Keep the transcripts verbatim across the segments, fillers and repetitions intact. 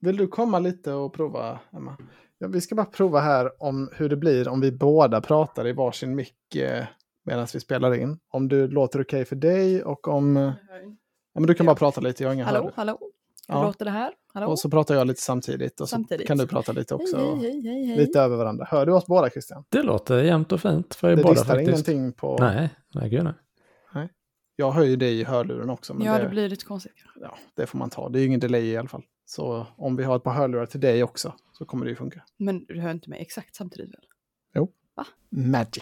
Vill du komma lite och prova, Emma? Ja, vi ska bara prova här om hur det blir om vi båda pratar i varsin mick eh, medan vi spelar in. Om du låter okej för dig och om... Eh, ja, men du kan bara prata lite, jag har inga Hallå, hör. hallå. Hur Ja. låter det här? Hallå? Och så pratar jag lite samtidigt och så Samtidigt. kan du prata lite också. Hej, hej, hej, hej. Lite över varandra. Hör du oss båda, Christian? Det låter jämnt och fint för Det båda distar faktiskt. ingenting på... Nej, nej gud nej. Nej. Jag hör ju dig i hörluren också. Men Ja, det, det blir lite konstigt. ja, det får man ta. Det är ju ingen delay i alla fall. Så om vi har ett par hörlurar till dig också så kommer det ju funka. Men du hör inte mig exakt samtidigt väl? Jo. Va? Magic.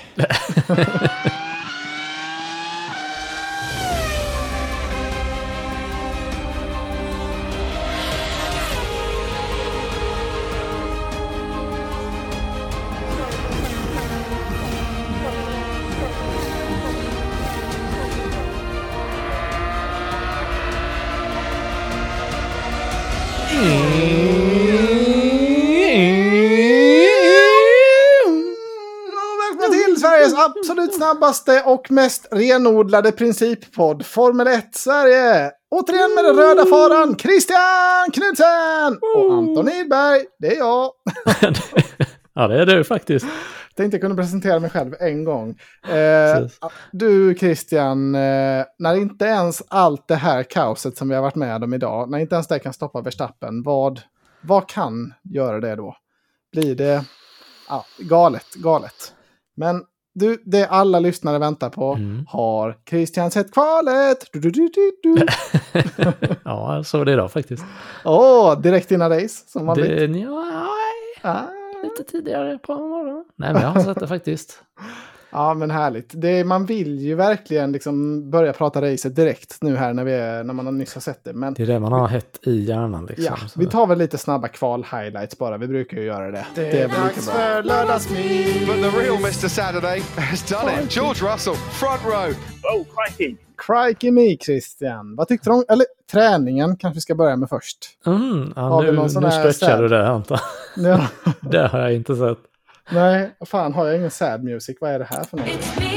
Välkomna till Sveriges absolut snabbaste och mest renodlade princippodd Formel ett Sverige. Återigen med den röda faran Christian Knudsen och Anton Idberg. Det är jag. Ja, det är du faktiskt. Tänkte jag kunna presentera mig själv en gång. Eh, du Christian, eh, när inte ens allt det här kaoset som vi har varit med om idag, när inte ens det kan stoppa Verstappen, vad, vad kan göra det då? Blir det ja, galet, galet. Men du, det alla lyssnare väntar på, mm. har Christian sett kvalet? Du, du, du, du, du. Ja, så det idag faktiskt. Åh, oh, direkt innan race som vanligt. Det, ja, ah. Lite tidigare på morgonen. Nej, men jag har sett det faktiskt. Ja, men härligt. Det, man vill ju verkligen liksom börja prata racet direkt nu här när, vi är, när man har nyss har sett det. Men det är det man har hett i hjärnan. Liksom, ja, vi tar väl lite snabba kval-highlights bara. Vi brukar ju göra det. Det, det är väl lite bra. Lördagsmys. But the real mister Saturday has done it. George Russell, front row. Oh, crikey. Crikey me, Christian. Vad tyckte du om, eller träningen kanske vi ska börja med först. Mm, ja, nu nu stretchar du det, Anton. Ja. Det har jag inte sett. Nej, fan har jag ingen sad music. Vad är det här för något?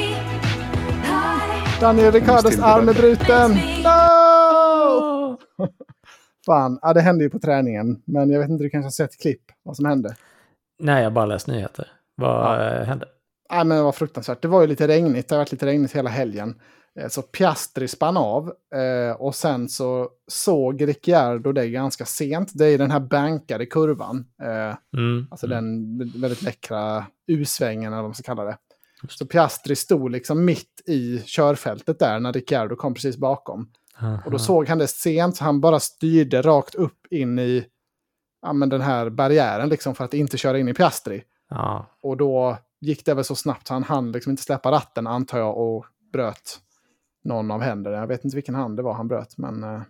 Daniel Ricciardos arm är bruten. No! Fan, ja, det hände ju på träningen. Men jag vet inte, du kanske har sett klipp vad som hände. Nej, jag bara läst nyheter. Vad ja. hände? Ja, men det var fruktansvärt. Det var ju lite regnigt. Det har varit lite regnigt hela helgen. Så Piastri spann av och sen så såg Ricciardo det ganska sent. Det är den här bankade kurvan. Mm. Alltså den väldigt läckra U-svängen eller vad man ska kalla det. Så Piastri stod liksom mitt i körfältet där när Ricciardo kom precis bakom. Aha. Och då såg han det sent så han bara styrde rakt upp in i ja, men den här barriären liksom för att inte köra in i Piastri. Ja. Och då gick det väl så snabbt så han hann liksom inte släppa ratten antar jag och bröt någon av händerna. Jag vet inte vilken hand det var han bröt, men... Uh...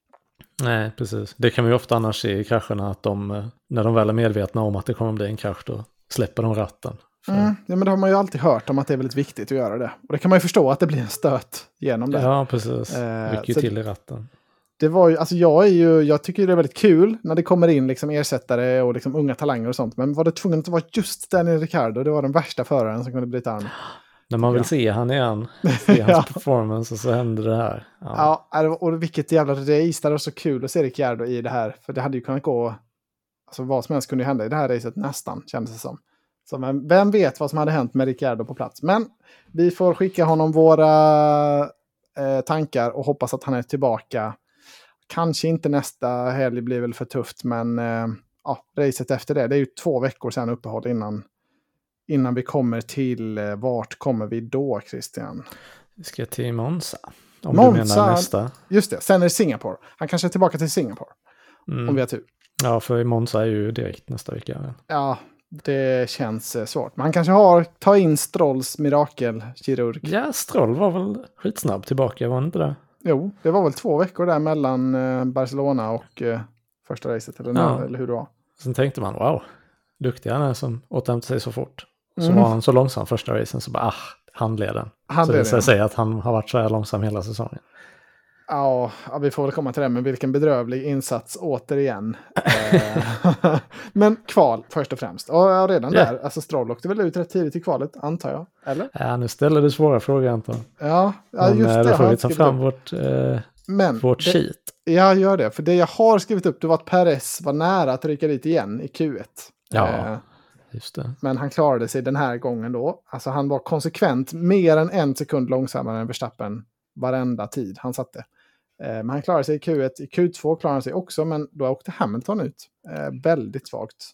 Nej, precis. Det kan vi ju ofta annars se i krascherna att de, när de väl är medvetna om att det kommer bli en krasch, då släpper de ratten. För... Mm, ja, men det har man ju alltid hört om att det är väldigt viktigt att göra det. Och det kan man ju förstå att det blir en stöt genom det. Ja, precis. Uh, Rycker ju till i ratten. Det var ju, alltså jag är ju, jag tycker det är väldigt kul när det kommer in liksom ersättare och liksom unga talanger och sånt. Men var det tvungen att vara just Daniel Ricciardo? Det var den värsta föraren som kunde bryta armen. När man vill ja. se han igen, se hans ja. performance och så händer det här. Ja, ja och vilket jävla race. Det var så kul att se Ricciardo i det här. För det hade ju kunnat gå, alltså vad som helst kunde hända i det här racet nästan, kändes det som. Så men vem vet vad som hade hänt med Ricciardo på plats. Men vi får skicka honom våra eh, tankar och hoppas att han är tillbaka. Kanske inte nästa helg blir väl för tufft, men eh, ja, racet efter det. Det är ju två veckor sedan uppehåll innan Innan vi kommer till, eh, vart kommer vi då, Christian? Vi ska till Monza. Om Monza, du menar nästa. Just det, sen är det Singapore. Han kanske är tillbaka till Singapore. Mm. Om vi har tur. Ja, för Monza är ju direkt nästa vecka. Ja, det känns eh, svårt. Men han kanske har, ta in Strolls mirakelkirurg. Ja, Stroll var väl skitsnabb tillbaka, var inte det? Jo, det var väl två veckor där mellan eh, Barcelona och eh, första racet. Eller, ja. när, eller hur det var. Sen tänkte man, wow, duktig han är som återhämtar sig så fort. Så Mm. var han så långsam första racen så bara, ah, handleden. handleden. Så det säger att han har varit så här långsam hela säsongen. Ja, ja, vi får väl komma till det, men vilken bedrövlig insats återigen. Men kval först och främst. Och ja, redan yeah. där, alltså Stroll åkte väl ut rätt tidigt i kvalet, antar jag, eller? Ja, nu ställer du svåra frågor, Anton. Ja, ja men, just det. Då får vi ta fram vårt, eh, men vårt det, sheet. Jag gör det, för det jag har skrivit upp det var att Perez var nära att rycka dit igen i Q ett. Ja, eh, just det. Men han klarade sig den här gången då. Alltså han var konsekvent mer än en sekund långsammare än Verstappen varenda tid han satte. Eh, men han klarade sig i Q ett. I Q två klarade han sig också, men då åkte Hamilton ut. Eh, väldigt svagt.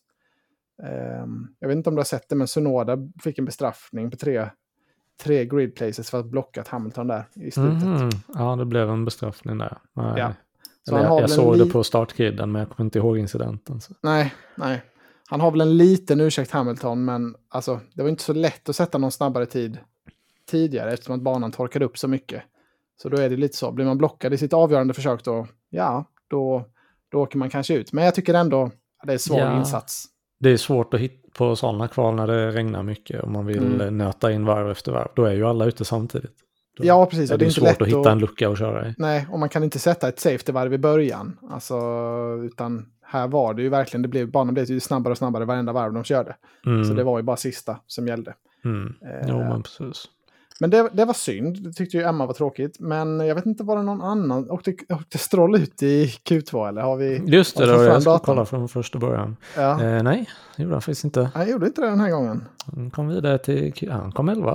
Eh, jag vet inte om du har sett det, men Tsunoda fick en bestraffning på tre, tre grid places för att blockat Hamilton där i slutet. Mm, ja, det blev en bestraffning där. Nej. Ja. Så Eller han har jag jag väl såg en det li- på startgriden, men jag kommer inte ihåg incidenten. Så. Nej, nej. Han har väl en liten ursäkt Hamilton, men alltså, det var inte så lätt att sätta någon snabbare tid tidigare eftersom att banan torkade upp så mycket. Så då är det lite så. Blir man blockad i sitt avgörande försök då, ja, då, då åker man kanske ut. Men jag tycker ändå att det är svag Ja. insats. Det är svårt att hitta på sådana kval när det regnar mycket och man vill Mm. nöta in varv efter varv. Då är ju alla ute samtidigt. Då Ja, precis. är Och det, det är är inte svårt lätt att hitta att... en lucka att köra i. Nej, och man kan inte sätta ett safety-varv i början. Alltså, utan här var det ju verkligen, det blev, banan blev ju snabbare och snabbare varenda varv de körde. Mm. Så det var ju bara sista som gällde. Mm. Eh, Jo, men precis. Men det, det var synd, det tyckte ju Emma var tråkigt. Men jag vet inte, var det någon annan? Åkte, åkte Stroll ut i Q två eller har vi... Just det, har vi då, fått jag fram ska datan? kolla från första början. Ja. Eh, nej, det gjorde han faktiskt inte. Jag gjorde inte det den här gången. Han kom vidare till... Ja, han kom elva.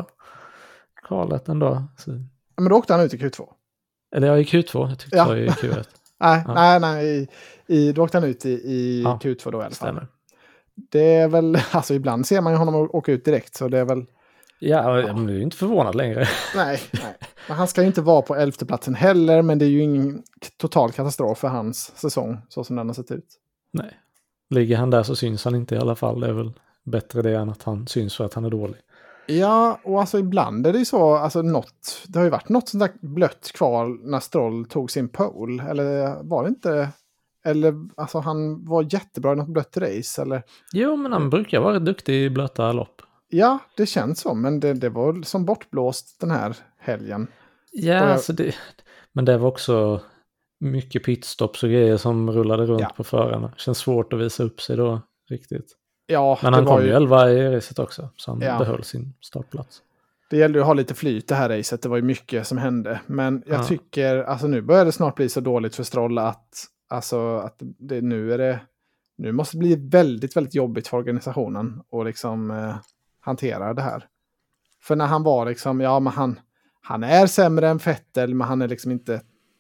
Kvalet ändå. Så. Men då åkte han ut i Q två. Eller ja, i Q två. Jag tyckte Ja. så i Q ett. Nej, Ja. nej, nej. I, i, då åkte han ut i, i Ja, Q två då i alla fall. Stämmer. Det är väl, alltså ibland ser man ju honom åka ut direkt. Så det är väl, Ja, men det är ju inte förvånad längre. nej, nej. Men han ska ju inte vara på elfte platsen heller. Men det är ju ingen total katastrof för hans säsong. Så som den har sett ut. Nej. Ligger han där så syns han inte i alla fall. Det är väl bättre det än att han syns för att han är dålig. Ja, och alltså ibland är det ju så, alltså något, det har ju varit något sånt där blött kval när Stroll tog sin pole, eller var det inte, eller alltså han var jättebra i något blött race, eller? Jo, men han brukar vara duktig i blöta lopp. Ja, det känns så, men det, det var som bortblåst den här helgen. Ja, jag... alltså det, men det var också mycket pitstops och grejer som rullade runt Ja. på förarna. Känns svårt att visa upp sig då, riktigt. Ja, Men det han var kom ju elva i racet också, så han Ja. behöll sin startplats. Det gällde ju att ha lite flyt det här racet, det var ju mycket som hände. Men jag Ja. tycker, alltså nu börjar det snart bli så dåligt för Stroll att, alltså att det, nu är det, nu måste det bli väldigt, väldigt jobbigt för organisationen och liksom eh, hantera det här. För när han var liksom, ja men han, han är sämre än Vettel, men han är liksom inte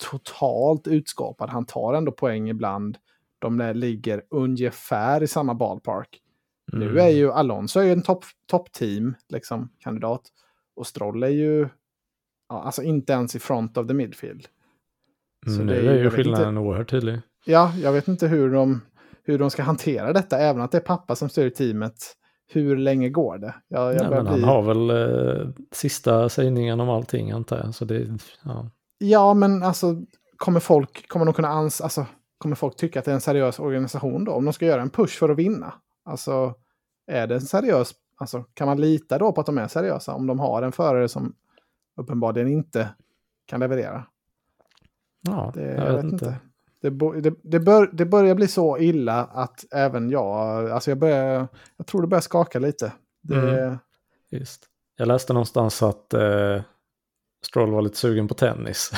totalt utskapad. Han tar ändå poäng ibland. De där ligger ungefär i samma ballpark. Mm. Nu är ju Alonso är ju en topp top team liksom, kandidat. Och Stroll är ju ja, alltså inte ens i front of the midfield. Mm, Så nu det är är ju- ju jag vet skillnaden oerhört tydlig. Ja, jag vet inte hur de, hur de ska hantera detta. Även att det är pappa som styr teamet. Hur länge går det? Jag, jag Nej, börjar men han bli... har väl eh, sista sägningen om allting, antar jag. Så det, ja. Ja, men alltså kommer folk, kommer de kunna ans... Alltså, kommer folk tycka att det är en seriös organisation då? Om de ska göra en push för att vinna. Alltså, är det en seriös... Alltså, kan man lita då på att de är seriösa? Om de har en förare som uppenbarligen inte kan leverera. Ja, Det, jag vet inte. Det, bo- det, det, bör, det börjar bli så illa att även jag... Alltså jag börjar... Jag tror det börjar skaka lite. Det, Mm. Just. Jag läste någonstans att eh, Stroll var lite sugen på tennis.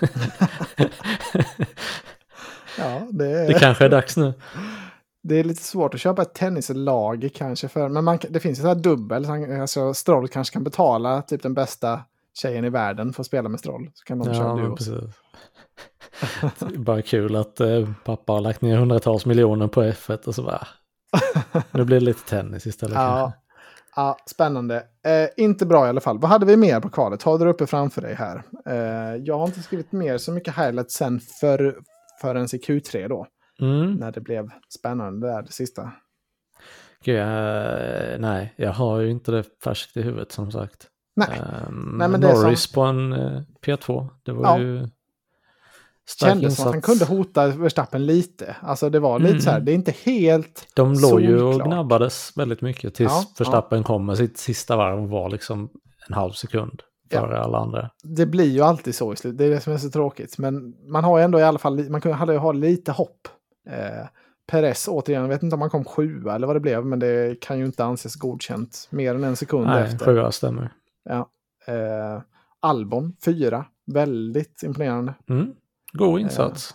ja, det, Det kanske är dags nu. det är lite svårt att köpa ett tennislag kanske. För, men man, kan- det finns ju så här dubbel. Så han, alltså Stroll kanske kan betala typ den bästa tjejen i världen för att spela med Stroll. Så kan de Ja, köra men duos. precis. Det är bara kul att eh, pappa har lagt ner hundratals miljoner på F ett och så bara... Nu blir det lite tennis istället. Ja, kanske. ja, spännande. Eh, inte bra i alla fall. Vad hade vi mer på kvalet? Har du det uppe framför dig här? Eh, jag har inte skrivit mer så mycket highlights sen för, förrän i Q tre då. Mm. När det blev spännande där, det sista. Gud, jag, nej, jag har ju inte det färskt i huvudet som sagt. Nej, Um, Nej, men det är Norris som- på en uh, P två, det var Ja. ju stark kändes som att han kunde hota Verstappen lite. Alltså det var lite Mm. så här, det är inte helt... De låg ju och solklart. gnabbades väldigt mycket tills Ja, Verstappen kom med sitt sista varv och var liksom en halv sekund Ja. före alla andra. Det blir ju alltid så i slutet. Det är det som är så tråkigt. Men man har ju ändå i alla fall, man kunde hade ju ha lite hopp. Eh, Perez återigen, jag vet inte om han kom sjua eller vad det blev, men det kan ju inte anses godkänt mer än en sekund Nej, efter. sjua stämmer. Ja. Eh, Albon, fyra. Väldigt imponerande. Mm. God insats.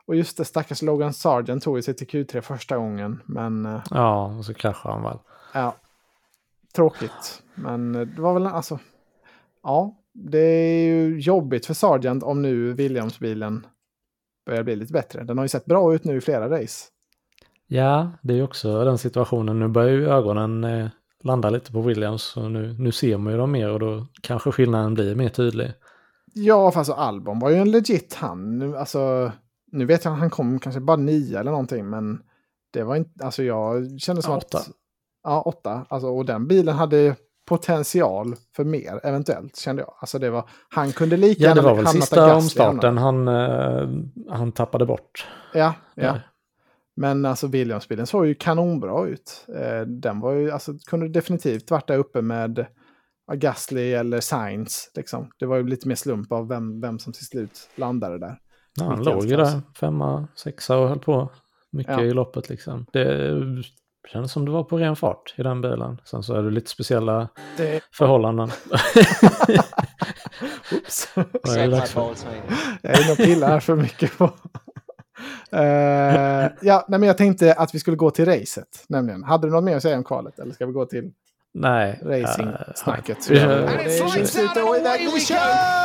Och just det, stackars Logan Sargent tog sig till Q tre första gången. Men eh, Ja, och så kraschade han väl. ja, tråkigt. Men eh, det var väl alltså... Ja, det är ju jobbigt för Sargent om nu Williams-bilen börjar bli lite bättre. Den har ju sett bra ut nu i flera race. Ja, det är ju också den situationen. Nu börjar ju ögonen eh, landa lite på Williams. Och nu, nu ser man ju dem mer och då kanske skillnaden blir mer tydlig. Ja, fast alltså, Albon var ju en legit han. Nu, alltså, nu vet jag att han kom kanske bara nio eller någonting. Men det var inte... Alltså jag kände som Ja, att... åtta. Ja, åtta. Alltså, och den bilen hade potential för mer, eventuellt, kände jag. Alltså det var... Han kunde lika Ja, det var väl hamnat sista där omstarten han, eh, han tappade bort. Ja, ja. Där. Men alltså Williams-bilen såg ju kanonbra ut. Eh, den var ju, alltså, kunde definitivt varit där uppe med Gasly eller Sainz. Liksom. Det var ju lite mer slump av vem, vem som till slut landade där. Ja, han Mitt låg ju älskars. där, femma, sexa och höll på mycket Ja. i loppet liksom. Det kändes som det var på ren fart i den bilen. Sen så är det lite speciella Det... förhållanden. Oops. Vad är det dags för? Jag är inne och pillar för mycket på... Uh, ja, nej, men jag tänkte att vi skulle gå till racet, nämligen. Hade du något mer att säga om kvalet? Eller ska vi gå till Nej. racing-snacket? äh, Uh, ja. And it's lights out and away we go.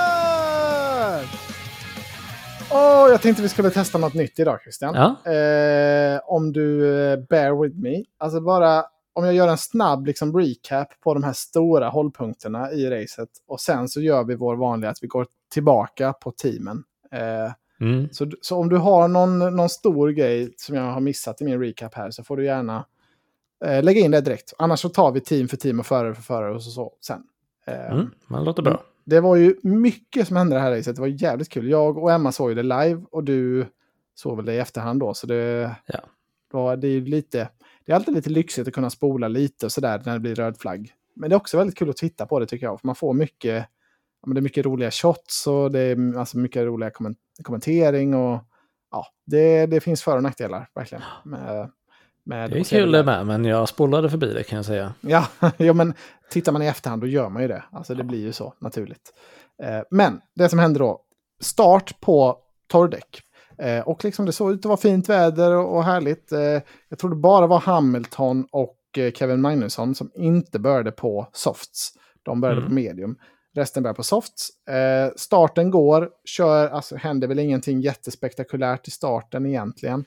Åh, jag tänkte vi skulle testa något nytt idag, Christian. Ja. Eh, om du eh, bear with me. Alltså bara, om jag gör en snabb liksom, recap på de här stora hållpunkterna i racet. Och sen så gör vi vår vanliga att vi går tillbaka på teamen. Eh, Mm. så, så om du har någon, någon stor grej som jag har missat i min recap här så får du gärna eh, lägga in det direkt. Annars så tar vi team för team och förare för förare och så, så sen. Eh, Mm. Men låter bra. Det var ju mycket som hände i det här racet. Det var jävligt kul. Jag och Emma såg ju det live och du såg väl det i efterhand då. Så det, Ja. då, det är ju lite... Det är alltid lite lyxigt att kunna spola lite och sådär när det blir röd flagg. Men det är också väldigt kul att titta på det tycker jag. För man får mycket... Ja, men det är mycket roliga shots och det är alltså mycket roliga komment- kommentering och ja, det, det finns för- och nackdelar verkligen. Med, med Det är att se kul det det där. med, men jag spolade förbi det kan jag säga. Ja, ja, men tittar man i efterhand då gör man ju det. Alltså det blir ju så naturligt. Eh, men det som hände då, start på torrdäck. Eh, och liksom det såg ut att vara fint väder och, och härligt. Eh, jag tror det bara var Hamilton och eh, Kevin Magnusson som inte började på softs. De började Mm. på medium. Resten börjar på softs. Eh, starten går, kör, alltså händer väl ingenting jättespektakulärt i starten egentligen.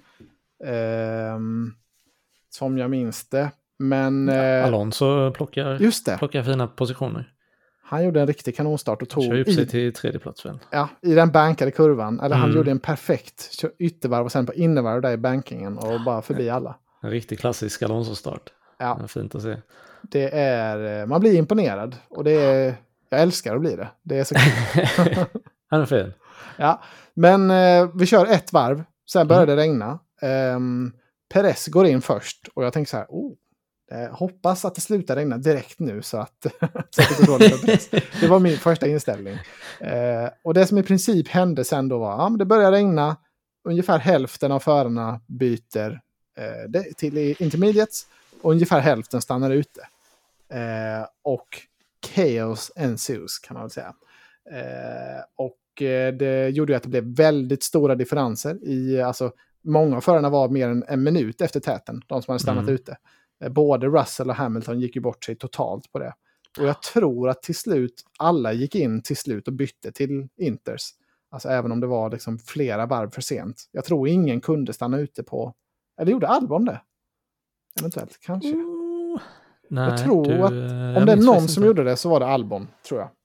Eh, som jag minns det. Men eh, Alonso plockar, just det, plockar fina positioner. han gjorde en riktig kanonstart och tog Kör upp sig i, till tredje plats väl. ja, i den bankade kurvan. Eller han Mm. gjorde en perfekt kö- yttervarv och sen på innervarv där i bankingen och bara förbi alla. En riktig klassisk Alonso-start. Ja, Det är fint att se. det är, man blir imponerad och det är, jag älskar att bli det. Det är så kul. Han är fin. Ja, men eh, vi kör ett varv, sen börjar det regna. Um, Perez går in först och jag tänker så här, oh, eh, hoppas att det slutar regna direkt nu så att, så att det går dåligt för Perez. Det var min första inställning. Eh, och det som i princip hände sen då var, ja men det börjar regna, ungefär hälften av förarna byter eh, det, till i intermediates och ungefär hälften stannar ute. Eh, och chaos ensues kan man väl säga. Eh, och eh, det gjorde ju att det blev väldigt stora differenser i, alltså många av förarna var mer än en minut efter täten, de som hade stannat Mm. ute. Eh, både Russell och Hamilton gick ju bort sig totalt på det. Och jag tror att till slut, alla gick in till slut och bytte till Inters. Alltså även om det var liksom flera varv för sent. Jag tror ingen kunde stanna ute på, eller gjorde Albon det? Eventuellt, kanske. Mm. Nej, Jag tror du, att eh, Om det är minns någon faktiskt som inte. gjorde det så var det Albon, tror jag.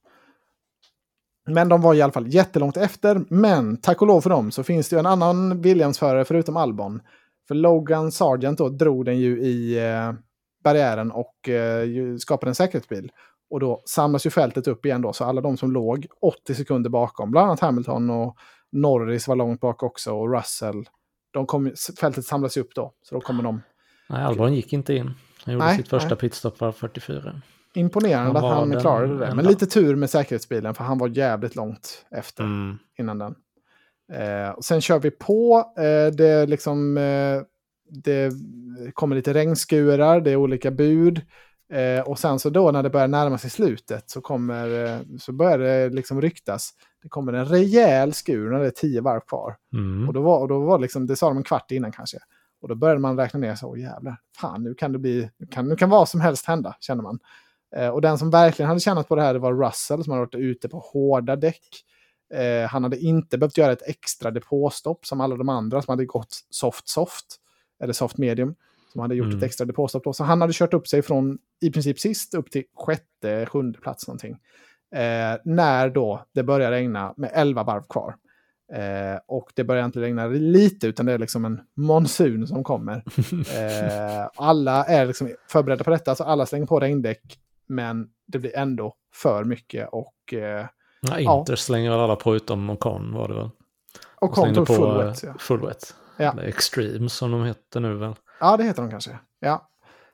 Men de var i alla fall jättelångt efter. Men tack och lov för dem så finns det ju en annan Williams-förare förutom Albon. För Logan Sargent då drog den ju i eh, barriären och eh, ju- skapade en säkerhetsbil. Och då samlas ju fältet upp igen då. Så alla de som låg åttio sekunder bakom, bland annat Hamilton och Norris var långt bak också och Russell. De kom, fältet samlas ju upp då. Så då kommer de. Nej, Albon gick inte in. Han gjorde Nej, sitt första nej. pitstop var fyrtiofyra. Imponerande Han att var han den klarade det. Men enda. lite tur med säkerhetsbilen för han var jävligt långt efter Mm. innan den. Eh, och sen kör vi på. Eh, det, liksom, eh, det kommer lite regnskurar, det är olika bud. Eh, och sen så då när det börjar närma sig slutet så, kommer, eh, så börjar det liksom ryktas. det kommer en rejäl skur när det är tio varv kvar. Mm. Och då var, och då var liksom, det sa de en kvart innan kanske. Och då började man räkna ner så, åh jävlar, fan nu kan det bli, nu kan, nu kan vad som helst hända, känner man. Eh, och den som verkligen hade tjänat på det här, det var Russell som hade varit ute på hårda däck. Eh, han hade inte behövt göra ett extra depåstopp som alla de andra som hade gått soft soft, eller soft medium, som hade gjort Mm. ett extra depåstopp då. Så han hade kört upp sig från i princip sist upp till sjätte, sjunde plats någonting. Eh, när då det börjar regna med elva varv kvar. Eh, och det börjar inte regna lite utan det är liksom en monsun som kommer. Eh, alla är liksom förberedda på detta så alla slänger på regndäck men det blir ändå för mycket och eh, Ja, ja. Inter slänger väl alla på utom Ocon var det väl? och kom slängde till på full eh, wet. Ja. Full wet. Ja. Eller Extreme som de heter nu väl. ja, det heter de kanske. Ja.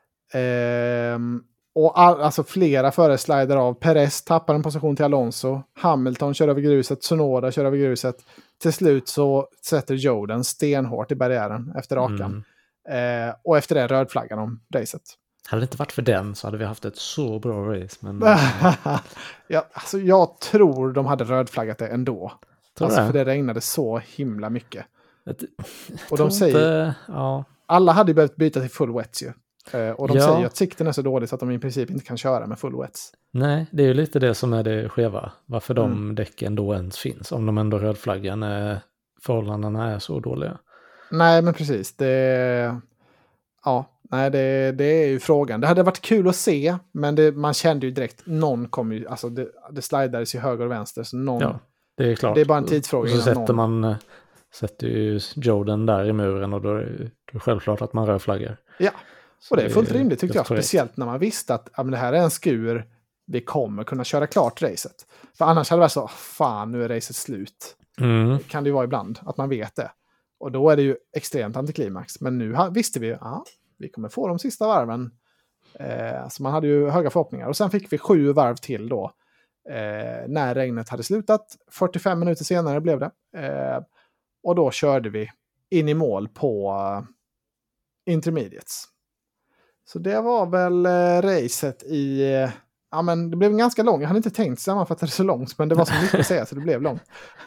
Ehm, och all, alltså flera före slider av. Perez tappar en position till Alonso. Hamilton kör över gruset. Tsunoda kör över gruset. Till slut så sätter Jordan stenhårt i barriären efter rakan. Mm. Eh, och efter det rödflaggar de racet. Hade det inte varit för den så hade vi haft ett så bra race. Men ja, alltså jag tror de hade rödflaggat det ändå. Tror Alltså det? för det regnade så himla mycket. Ett, Och tror de säger, inte, ja. alla hade ju behövt byta till full wets ju. Eh, och de Ja. säger att sikten är så dålig så att de i princip inte kan köra med full wets. Nej, det är ju lite det som är det skeva. Varför de Mm. däcken då ens finns. Om de ändå rödflaggar när förhållandena är så dåliga. Nej, men precis. Det, ja, nej, det, det är ju frågan. Det hade varit kul att se, men det, man kände ju direkt, någon kommer ju, alltså det, det slidades ju höger och vänster, så någon, Ja, det är klart. det är bara en tidsfråga Och så innan sätter någon... man, eh, sätter ju Jordan där i muren och då är det, då är det självklart att man rödflaggar. Ja, Så och det är fullt rimligt tyckte jag, helt korrekt. speciellt när man visste att ja, men det här är en skur, vi kommer kunna köra klart racet. För annars hade det varit så, fan nu är racet slut. Mm. Kan det ju vara ibland, att man vet det. Och då är det ju extremt antiklimax. Men nu ha, visste vi, ja, vi kommer få de sista varven. Eh, så man hade ju höga förhoppningar. Och sen fick vi sju varv till då. Eh, när regnet hade slutat. fyrtiofem minuter senare blev det. Eh, och då körde vi in i mål på uh, intermediates. Så det var väl uh, racet i... Uh, ja, men det blev ganska långt. Jag hade inte tänkt sammanfatta det så långt. Men det var så mycket att säga så det blev långt.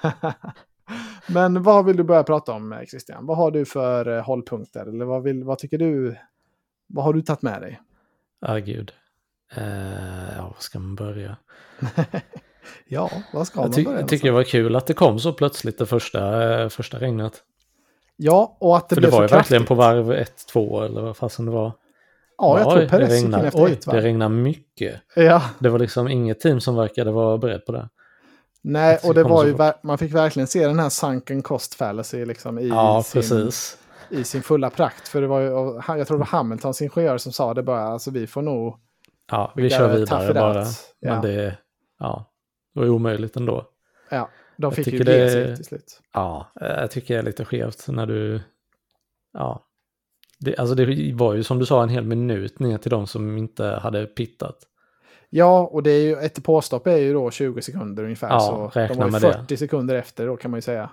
Men vad vill du börja prata om, Christian? Vad har du för uh, hållpunkter? Eller vad, vill, vad tycker du? Vad har du tagit med dig? Ja, gud. Eh, ja, vad ska man börja? Ja, vad ska Jag man ty- börja? jag tycker det var kul att det kom så plötsligt det första, eh, första regnet. Ja, och att det För blev det var så ju verkligen kraftigt. på varv ett, två eller vad fasen det var. Ja, jag Oj, tror Perez det gick in regnar, efter oj, ett, va? det regnar mycket. Ja. Det var liksom inget team som verkade vara beredd på det. Nej, Att det och det kom var så ju, fort. ver- man fick verkligen se den här sunken cost fallacy liksom i, Ja, sin, precis. i sin fulla prakt. För det var ju, och han- jag tror det var Hamiltons ingenjör som sa det bara, alltså vi får nog... Ja, we vi kör gotta tough vidare it bara. out. Men Ja. det, ja, det var ju omöjligt ändå. Ja, de Jag fick ju tycker ge det- sig till slut. Ja, jag tycker det är lite skevt när du... Ja. Det, alltså det var ju som du sa en hel minut ner till de som inte hade pittat. Ja, och det är ju, ett påstopp är ju då tjugo sekunder ungefär. Ja, så de räkna var ju med fyrtio det. sekunder efter då kan man ju säga.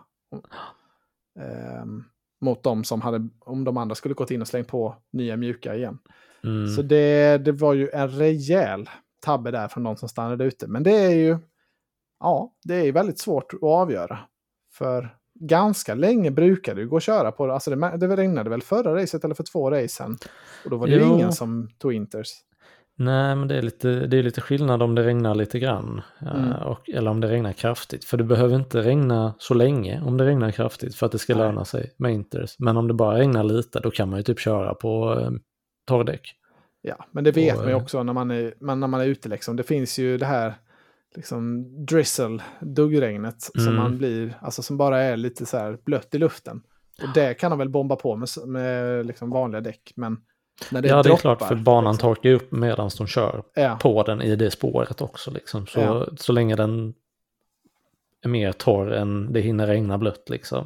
Ehm, mot de som hade, om de andra skulle gått in och slängt på nya mjuka igen. Mm. Så det, det var ju en rejäl tabbe där från de som stannade ute. Men det är ju, ja, det är ju väldigt svårt att avgöra. För ganska länge brukade det ju gå att köra på det. Alltså det, det regnade väl förra racet eller för två racen. Och då var det ju Jo. ingen som tog inters. Nej, men det är, lite, det är lite skillnad om det regnar lite grann. Mm. eh, Och, eller om det regnar kraftigt. För det behöver inte regna så länge om det regnar kraftigt för att det ska Nej. löna sig med inters. Men om det bara regnar lite då kan man ju typ köra på eh, torrdäck. Ja, men det vet Och, man ju eh, också när man är, man, när man är ute. Liksom. Det finns ju det här liksom, drizzle, duggregnet, som Mm. man blir, alltså som bara är lite så här blött i luften. Och det kan man väl bomba på med, med liksom vanliga däck. Men när det Ja, det är droppar, klart för banan liksom, torkar ju upp medan de kör ja, på den i det spåret också. Liksom. Så, Ja. så länge den är mer torr än det hinner regna blött liksom.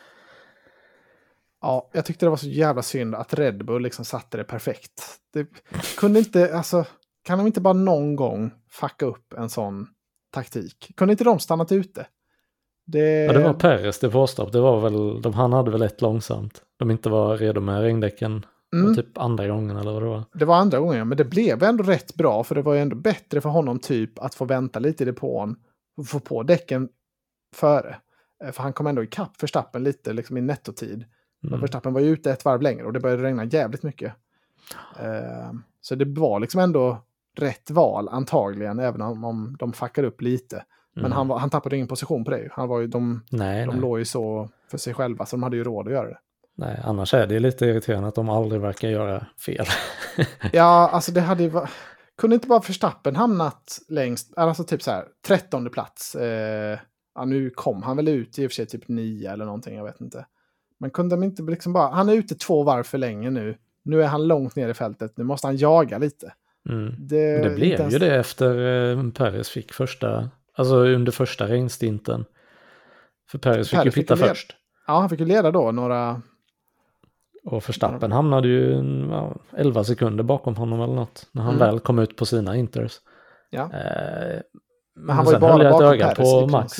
ja, jag tyckte det var så jävla synd att Red Bull liksom satte det perfekt. Det kunde inte, alltså, kan de inte bara någon gång fucka upp en sån taktik? Kunde inte de stannat ute? Det, Ja, det var Perez det påstopp. Det var väl, de, han hade väl ett långsamt. De inte var redo med regndäcken. Mm. Och typ andra gången eller vad det var. Det var andra gången, men det blev ändå rätt bra. För det var ju ändå bättre för honom typ att få vänta lite i depån. Och få på däcken före. Eh, för han kom ändå ikapp Verstappen lite liksom i nettotid. Mm. Men Verstappen var ju ute ett varv längre och det började regna jävligt mycket. Eh, så det var liksom ändå rätt val antagligen, även om, om de fuckade upp lite. Men mm. han, var, han tappade ingen position på det. Han var ju, de nej, de nej. låg ju så för sig själva, så de hade ju råd att göra det. Nej, annars är det lite irriterande att de aldrig verkar göra fel. Ja, alltså det hade ju varit... Kunde inte bara Verstappen hamnat längst, alltså typ så här, trettonde plats. Eh, ja, nu kom han väl ut i och för sig typ nio eller någonting, jag vet inte. Men kunde de inte liksom bara, han är ute två varv för länge nu. Nu är han långt ner i fältet, nu måste han jaga lite. Mm. Det, det blev ens... ju det efter eh, Perez fick första, alltså under första regnstinten. För Perez fick Perez ju pitta fick först. Ja, han fick ju leda då några... Och Verstappen hamnade ju ja, elva sekunder bakom honom eller något. När han mm. väl kom ut på sina inters. Ja. Eh, men, men han var ju bara bakom Perez på Max.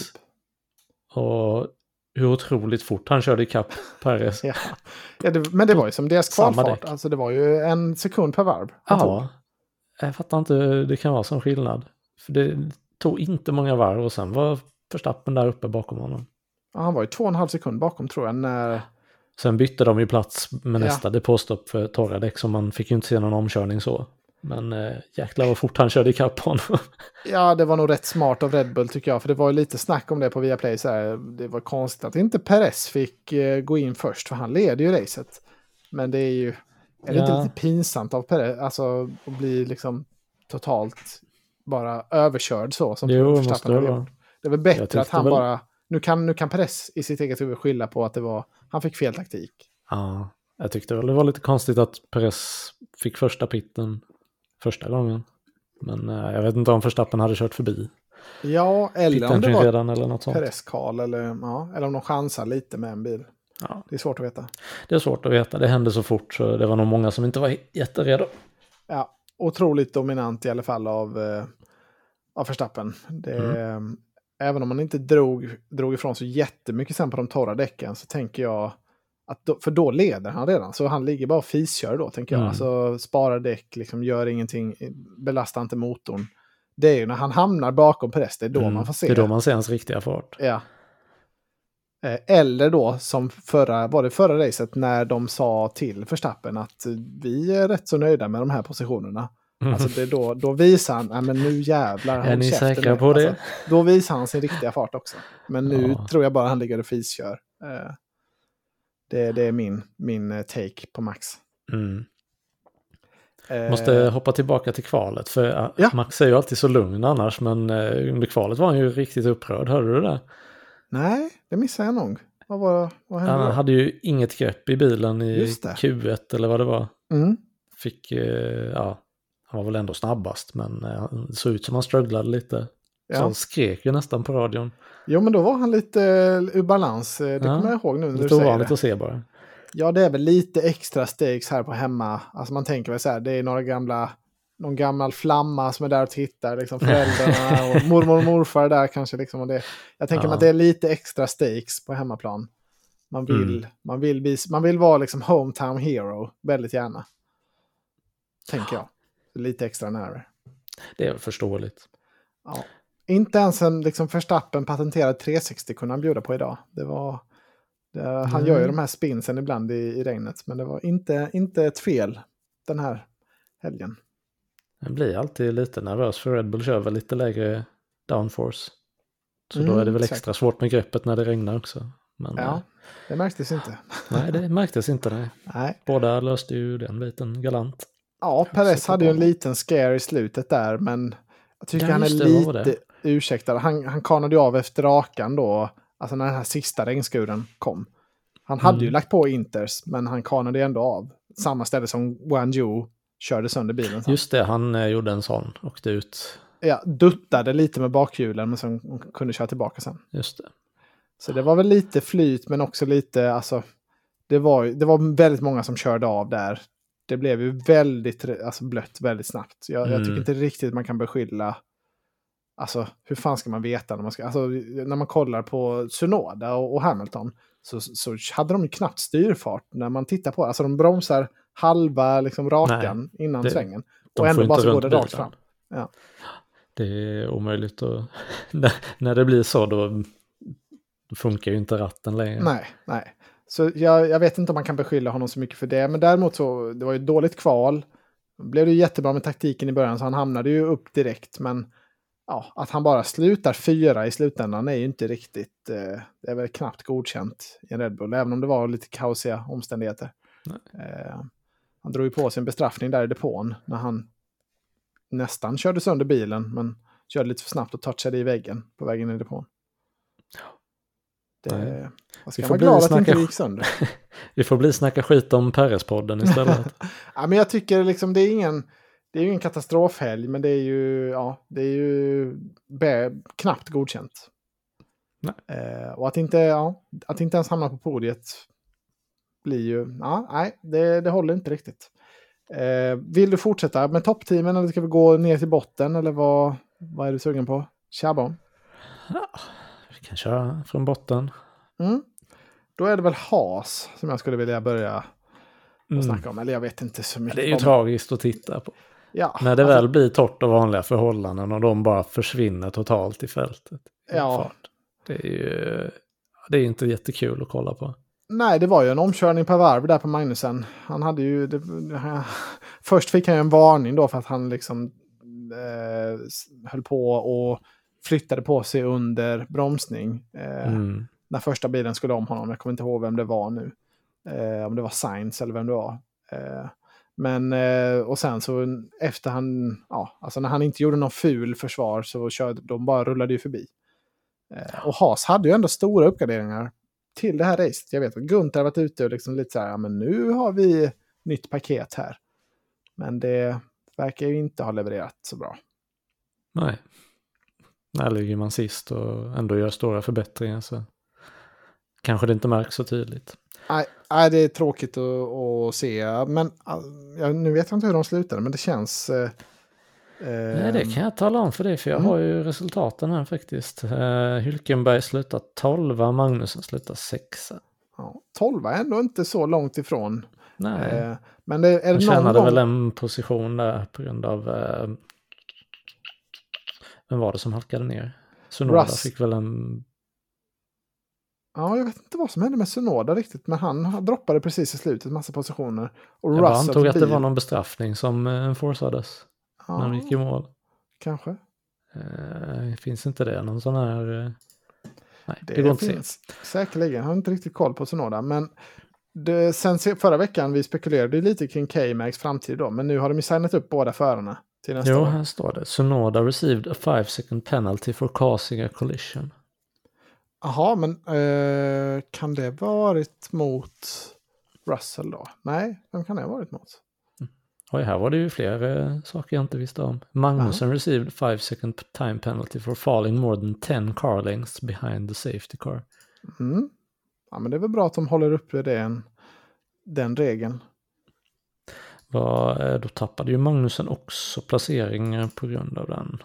Och hur otroligt fort han körde ikapp Perez. ja. Ja, det, men det var ju som deras kvalfart. Alltså det var ju en sekund per varv. Ja, tog. Jag fattar inte hur det kan vara sån skillnad. För det tog inte många varv och sen var Verstappen där uppe bakom honom. Ja, han var ju två och en halv sekund bakom tror jag när... Sen bytte de ju plats med nästa ja. depåstopp för torra däck, så man fick ju inte se någon omkörning så. Men eh, jäklar vad fort han körde ikapp honom. Ja, det var nog rätt smart av Red Bull tycker jag. För det var ju lite snack om det på Viaplay. Så här. Det var konstigt att inte Perez fick eh, gå in först, för han leder ju racet. Men det är ju... Är det ja. inte lite pinsamt av Perez? Alltså att bli liksom totalt bara överkörd så som jo, Verstappen har gjort. Det är väl bättre att han väl... bara... Nu kan, nu kan Perez i sitt eget huvud skylla på att det var... Han fick fel taktik. Ja, jag tyckte väl det var lite konstigt att Perez fick första pitten första gången. Men äh, jag vet inte om Verstappen hade kört förbi. Ja, eller om det var redan, eller något sånt. Perez Karl eller, ja, eller om de chansar lite med en bil. Ja. Det är svårt att veta. Det är svårt att veta. Det hände så fort så det var nog många som inte var jätteredo. Ja, otroligt dominant i alla fall av, eh, av Verstappen. Det, mm. Även om man inte drog, drog ifrån så jättemycket sen på de torra däcken så tänker jag att då, för då leder han redan. Så han ligger bara och fiskör då tänker jag. Mm. Alltså sparar däck, liksom, gör ingenting, belastar inte motorn. Det är ju när han hamnar bakom Perez, det är då mm. man får se. Det är då man ser hans riktiga fart. Ja. Eller då som förra, var det förra racet när de sa till Verstappen att vi är rätt så nöjda med de här positionerna. Mm. Alltså det då, då visar han, ja, men nu jävlar. Är ni säkra på det? Alltså, då visar han sin riktiga fart också. Men nu ja. tror jag bara han ligger och fiskör. Det, det är min, min take på Max. Mm. Måste eh, hoppa tillbaka till kvalet. För ja. Max är ju alltid så lugn annars. Men under kvalet var han ju riktigt upprörd. Hörde du det? Nej, det missade jag nog. Vad, var, vad hände Han då? hade ju inget grepp i bilen i Q ett eller vad det var. Mm. Fick, ja, han var väl ändå snabbast. Men det såg ut som han strugglade lite. Ja. Så han skrek ju nästan på radion. Jo, men då var han lite ur balans. Det ja. kommer jag ihåg nu när du säger det. Lite att se bara. Ja, det är väl lite extra stakes här på hemma. Alltså man tänker väl så här, det är några gamla, någon gammal flamma som är där och tittar. Liksom föräldrarna och mormor och morfar där kanske. Liksom, och det, jag tänker ja. att det är lite extra stakes på hemmaplan. Man vill, mm. man vill, man vill vara liksom hometown hero väldigt gärna. Tänker jag. Lite extra nära. Det är förståeligt. Ja. Inte ens en liksom Verstappen patenterad trehundrasextio kunde han bjuda på idag. Det var... Det, han mm. gör ju de här spinsen ibland i, i regnet. Men det var inte, inte ett fel den här helgen. Jag blir alltid lite nervös för Red Bull kör väl lite lägre downforce. Så mm, då är det väl exakt. extra svårt med greppet när det regnar också. Men, ja, det märktes inte. Nej, det märktes inte. Nej. nej. Båda löste ju den biten galant. Ja, Perez hade ju en liten scare i slutet där. Men jag tycker ja, han är lite ursäktad. Han, han kanade ju av efter rakan då. Alltså när den här sista regnskuren kom. Han hade mm. ju lagt på inters, men han kanade ändå av. Samma ställe som Guanyu körde sönder bilen. Sen. Just det, han eh, gjorde en sån. Åkte ut. Ja, duttade lite med bakhjulen, men sen kunde köra tillbaka sen. Just det. Så det var väl lite flyt, men också lite, alltså, det var, det var väldigt många som körde av där. Det blev ju väldigt alltså, blött väldigt snabbt. Jag, mm. jag tycker inte riktigt man kan beskylla. Alltså, hur fan ska man veta när man ska... Alltså, när man kollar på Tsunoda och, och Hamilton så, så hade de ju knappt styrfart när man tittar på. Alltså, de bromsar halva liksom, rakan Nej, innan det, svängen. Och ändå bara så går det rakt fram. Ja. Det är omöjligt att... när det blir så då... då funkar ju inte ratten längre. Nej, nej. Så jag, jag vet inte om man kan beskylla honom så mycket för det. Men däremot så, det var ju ett dåligt kval. Blev det jättebra med taktiken i början så han hamnade ju upp direkt. Men ja, att han bara slutar fyra i slutändan är ju inte riktigt, eh, det är väl knappt godkänt i en Red Bull. Även om det var lite kaosiga omständigheter. Eh, han drog ju på sig en bestraffning där i depån när han nästan körde sönder bilen. Men körde lite för snabbt och touchade i väggen på vägen in i depån. Det, jag ska vara glad att det inte gick sönder. Vi får bli snacka skit om Perez-podden istället. Ja, men jag tycker liksom det är ingen, det är ju ingen katastrofhelg, men det är ju, ja, det är ju be, knappt godkänt. Nej. Eh, och att inte, ja, att inte ens hamna på podiet blir ju, ja, nej, det, det håller inte riktigt. Eh, vill du fortsätta med toppteamen eller ska vi gå ner till botten eller vad, vad är du sugen på? Chabon? Ja, vi kan köra från botten. Mm. Då är det väl Haas som jag skulle vilja börja Mm. och snacka om. Eller jag vet inte så mycket. Det är ju om. tragiskt att titta på. Ja, När det alltså, väl blir torrt och vanliga förhållanden och de bara försvinner totalt i fältet. Ja. Det är ju det är inte jättekul att kolla på. Nej, det var ju en omkörning per varv där på Magnussen. Han hade ju... Det, först fick han ju en varning då för att han liksom eh, höll på och flyttade på sig under bromsning. Eh, Mm. När första bilen skulle om honom. Jag kommer inte ihåg vem det var nu. Eh, om det var Sainz eller vem det var. Eh, men, eh, och sen så efter han... Ja, alltså när han inte gjorde någon ful försvar så körde de bara rullade ju förbi. Eh, och Haas hade ju ändå stora uppgraderingar till det här racet. Jag vet att Gunther har varit ute och liksom lite så här, ja, men nu har vi nytt paket här. Men det verkar ju inte ha levererat så bra. Nej. När ligger man sist och ändå gör stora förbättringar så kanske det inte märks så tydligt. Nej, nej det är tråkigt att, att se. Men ja, nu vet jag inte hur de slutade, men det känns... Eh, Nej, det kan jag tala om för dig, för jag Mm. har ju resultaten här faktiskt. Uh, Hülkenberg slutar tolva, Magnussen slutar sexa. Ja, tolva är ändå inte så långt ifrån. Nej, Eh, men det, är han det någon tjänade gång... väl en position där på grund av... Uh, vem var det som halkade ner? Tsunoda Russ. fick väl en... Ja, jag vet inte vad som hände med Tsunoda riktigt, men han droppade precis i slutet massa positioner. Och Jag bara Russ antog att det förbi. var någon bestraffning som uh, forcades Ja, när han gick i mål. kanske. Uh, finns inte det någon sån här... Uh... Nej, det, Det, går inte finns säkerligen. Jag har inte riktigt koll på Tsunoda. Men det, sen se- förra veckan vi spekulerade lite kring K-Mags framtid då. Men nu har de ju signat upp båda förarna till nästa Jo, år. här står det. Tsunoda received a five second penalty for causing a collision. Jaha, men eh, kan det varit mot Russell då? Nej, vem kan det ha varit mot? Oj, här var det ju fler eh, saker jag inte visste om. Magnussen received five second time penalty for falling more than ten car lengths behind the safety car. Mm. Ja, men det är väl bra att de håller uppe den, den regeln. Var, eh, då tappade ju Magnussen också placeringar på grund av den.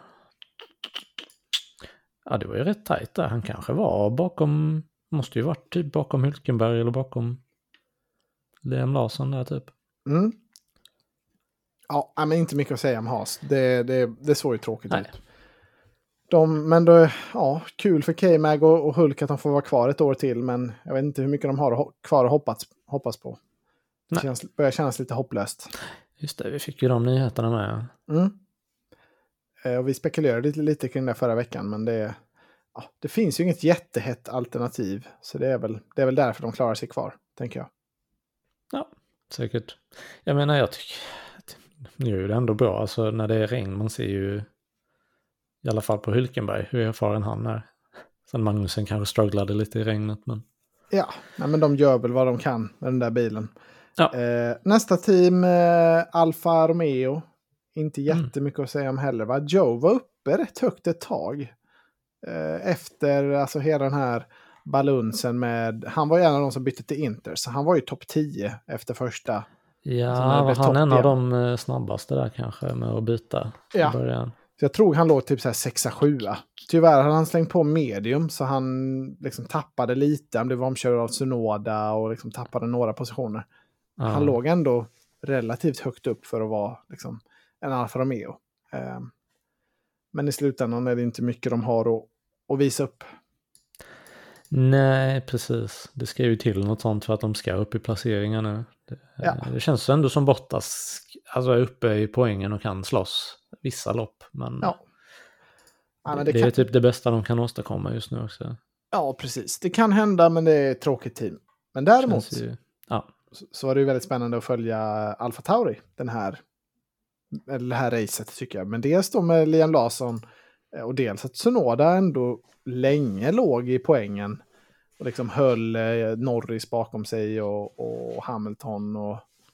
Ja, det var ju rätt tajt där. Han kanske var bakom, måste ju varit typ bakom Hülkenberg eller bakom Liam Larsson där typ. Mm. Ja, men inte mycket att säga om Haas. Det, det, det såg ju tråkigt Nej. ut. De, men då, ja, kul för K-Mag och, och Hulk att de får vara kvar ett år till. Men jag vet inte hur mycket de har ho- kvar att hoppas, hoppas på. Det Nej. känns, börjar kännas lite hopplöst. Just det, vi fick ju de nyheterna med. Mm. Eh, och vi spekulerade lite, lite kring det förra veckan. Men det, ja, det finns ju inget jättehett alternativ. Så det är, väl, det är väl därför de klarar sig kvar, tänker jag. Ja, säkert. Jag menar, jag tycker nu är ju det ändå bra. Alltså när det är regn, man ser ju i alla fall på Hülkenberg hur erfaren han är. Sen Magnussen kanske strugglade lite i regnet, men... Ja, nej, men de gör väl vad de kan med den där bilen. Ja. Eh, nästa team, eh, Alfa Romeo. Inte jättemycket att säga om heller. Va? Joe var uppe rätt högt ett tag. Eh, efter alltså hela den här balunsen med... Han var ju en av de som bytte till Inter. Så han var ju topp tio efter första. Ja, Så när det var blev han en topp av igen. de eh, snabbaste där kanske med att byta Ja. i början? Så jag tror han låg typ så här sexa sjua. Tyvärr hade han slängt på medium så han liksom tappade lite. Han blev omkörd av Tsunoda och liksom tappade några positioner. Ja. Han låg ändå relativt högt upp för att vara liksom en Alfa Romeo. Eh, men i slutändan är det inte mycket de har att, att visa upp. Nej, precis. Det ska ju till något sånt för att de ska upp i placeringar nu. Det, Ja. det känns ändå som Bottas alltså, är uppe i poängen och kan slåss vissa lopp. Men, Ja. Ja, men det, det det kan... är typ det bästa de kan åstadkomma just nu också. Ja, precis. Det kan hända, men det är ett tråkigt team. Men däremot Ju, ja. så, så var det ju väldigt spännande att följa Alfa Tauri den här, eller det här racet tycker jag. Men dels då med Liam Lawson och dels att Tsunoda ändå länge låg i poängen och liksom höll eh, Norris bakom sig och, och Hamilton och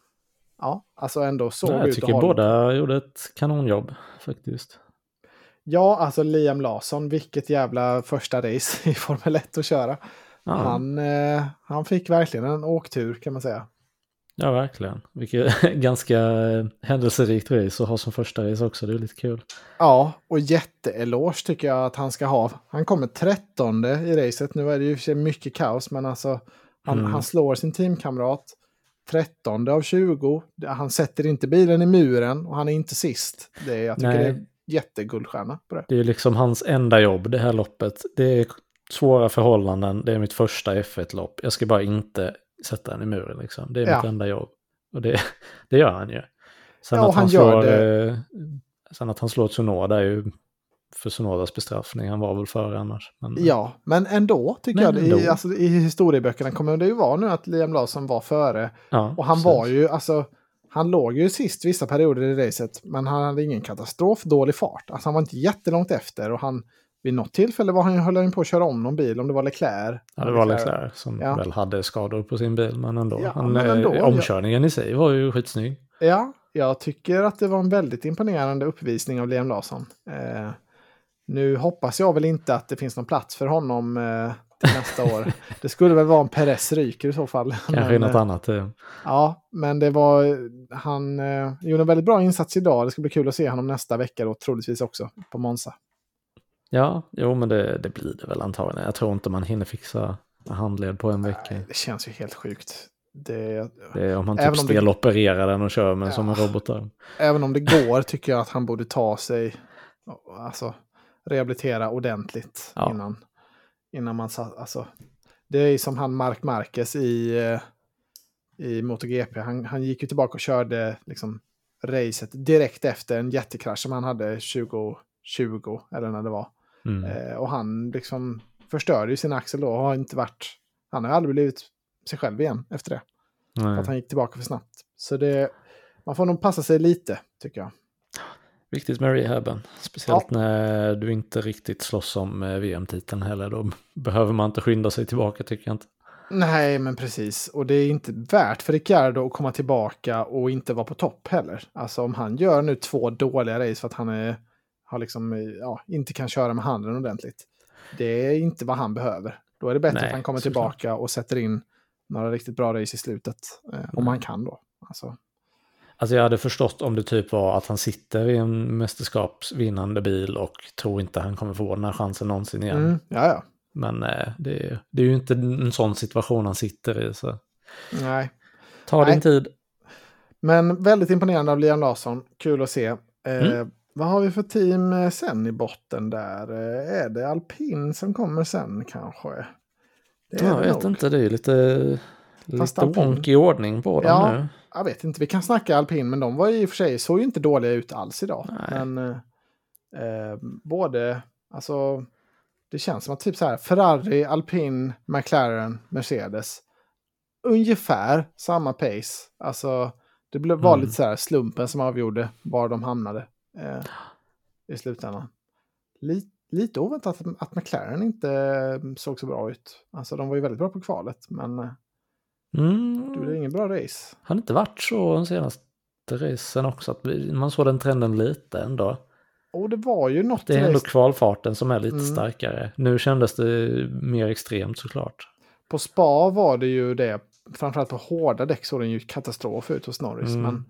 ja, alltså ändå såg Nej, jag ut tycker att ha... båda gjorde ett kanonjobb faktiskt. Ja, alltså Liam Lawson, vilket jävla första race i Formel ett att köra. Ja. Han, eh, han fick verkligen en åktur kan man säga. Ja, verkligen. Vilket ganska händelserikt race att ha som första race också. Det är lite kul. Ja, och jätteeloge tycker jag att han ska ha. Han kommer trettonde i racet. Nu är det ju för sig mycket kaos, men alltså han, Mm. han slår sin teamkamrat. trettonde av tjugo. Han sätter inte bilen i muren och han är inte sist. Det är, jag tycker Nej. det är jätteguldstjärna på det. Det är liksom hans enda jobb, det här loppet. Det är svåra förhållanden. Det är mitt första F ett-lopp. Jag ska bara inte sätta den i muren liksom. Det är Ja. mitt enda jobb. Och det, det gör han ju. Sen, Ja, att han han gör slår, det. eh, sen att han slår Tsunoda är ju för Tsunodas bestraffning. Han var väl före annars. Men, Ja, men ändå tycker Men jag. det I, ändå. alltså, I historieböckerna kommer det ju vara nu att Liam Lawson var före. ja, Och han precis. var ju, alltså, han låg ju sist vissa perioder i racet, men han hade ingen katastrof, dålig fart. Alltså han var inte jättelångt efter och han, vid något tillfälle var han, höll han på att köra om någon bil, om det var Leclerc. Ja, det var Leclerc som Ja. väl hade skador på sin bil, men ändå. Ja, han, men ändå, eh, ja. omkörningen i sig var ju skitsnygg. Ja, jag tycker att det var en väldigt imponerande uppvisning av Liam Lawson. Eh, nu hoppas jag väl inte att det finns någon plats för honom eh, till nästa år. Det skulle väl vara en Perez ryker i så fall. Kanske men, något eh, annat. eh. Ja, men det var, han eh, gjorde en väldigt bra insats idag. Det ska bli kul att se honom nästa vecka då, troligtvis också på Monza. Ja, jo men det, det blir det väl antagligen. Jag tror inte man hinner fixa handled på en vecka. Nej, det känns ju helt sjukt. Det, Det är om man Även typ om det- stelopererar den och kör med Ja. som en robot där. även om det går tycker jag att han borde ta sig, alltså rehabilitera ordentligt Ja. innan, innan man sa, alltså det är som han Marc Marquez i, eh, i MotoGP. Han, han gick ju tillbaka och körde liksom racet direkt efter en jättekrasch som han hade tjugo tjugo eller när det var. Mm. Eh, och han liksom förstörde ju sin axel då och har inte varit, han har aldrig blivit sig själv igen efter det. För Nej. att han gick tillbaka för snabbt. Så det, man får nog passa sig lite tycker jag. Viktigt med rehaben. Speciellt när du inte riktigt slåss om eh, V M-titeln heller. Då behöver man inte skynda sig tillbaka tycker jag inte. Nej, men precis. Och det är inte värt för Ricciardo att komma tillbaka och inte vara på topp heller. Alltså om han gör nu två dåliga race för att han är, har liksom, ja, inte kan köra med handen ordentligt. Det är inte vad han behöver. Då är det bättre Nej, att han kommer såklart. tillbaka och sätter in några riktigt bra race i slutet. Eh, om han kan då. Alltså, Alltså jag hade förstått om det typ var att han sitter i en mästerskapsvinnande bil och tror inte han kommer få den här chansen någonsin igen. mm, ja, ja. Men eh, det, är, det är ju inte en sån situation han sitter i. Så Nej. ta Nej. din tid. Men väldigt imponerande av Liam Lawson. Kul att se. Eh, Mm. Vad har vi för team eh, sen i botten där? Eh, är det Alpin som kommer sen kanske? Det är Jag det vet nog. inte, det är ju lite, Fast lite alpin. wonky ordning på dem Ja. nu. Jag vet inte, vi kan snacka Alpin, men de var i och för sig såg ju inte dåliga ut alls idag. Nej. Men eh, eh, både, alltså det känns som att typ så här Ferrari, Alpin, McLaren, Mercedes. Ungefär samma pace. Alltså det blev, var Mm. lite så här slumpen som avgjorde var de hamnade eh, i slutändan. Lite, lite oväntat att, att McLaren inte eh, såg så bra ut. Alltså de var ju väldigt bra på kvalet, men eh, Mm. det blev ingen bra race. Har det inte varit så de senaste racen också? Att vi, man såg den trenden lite ändå. Och det var ju något Det är ändå race kvalfarten som är lite Mm. starkare. Nu kändes det mer extremt såklart. på Spa var det ju det. Framförallt på hårda däck såg den ju katastrof ut hos Norris. Mm. Men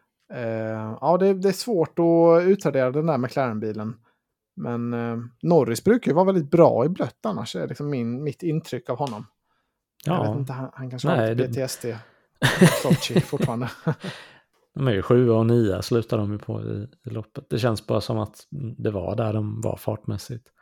eh, ja, det, det är svårt att utvärdera den där McLaren-bilen. Men eh, Norris brukar ju vara väldigt bra i blött annars. Det är liksom min, mitt intryck av honom. Jag vet Ja, inte, han, han kanske har Nej, lite det- P T S D. Sochi fortfarande. de är ju sju och nio slutar de ju på i, i loppet. Det känns bara som att det var där de var fartmässigt.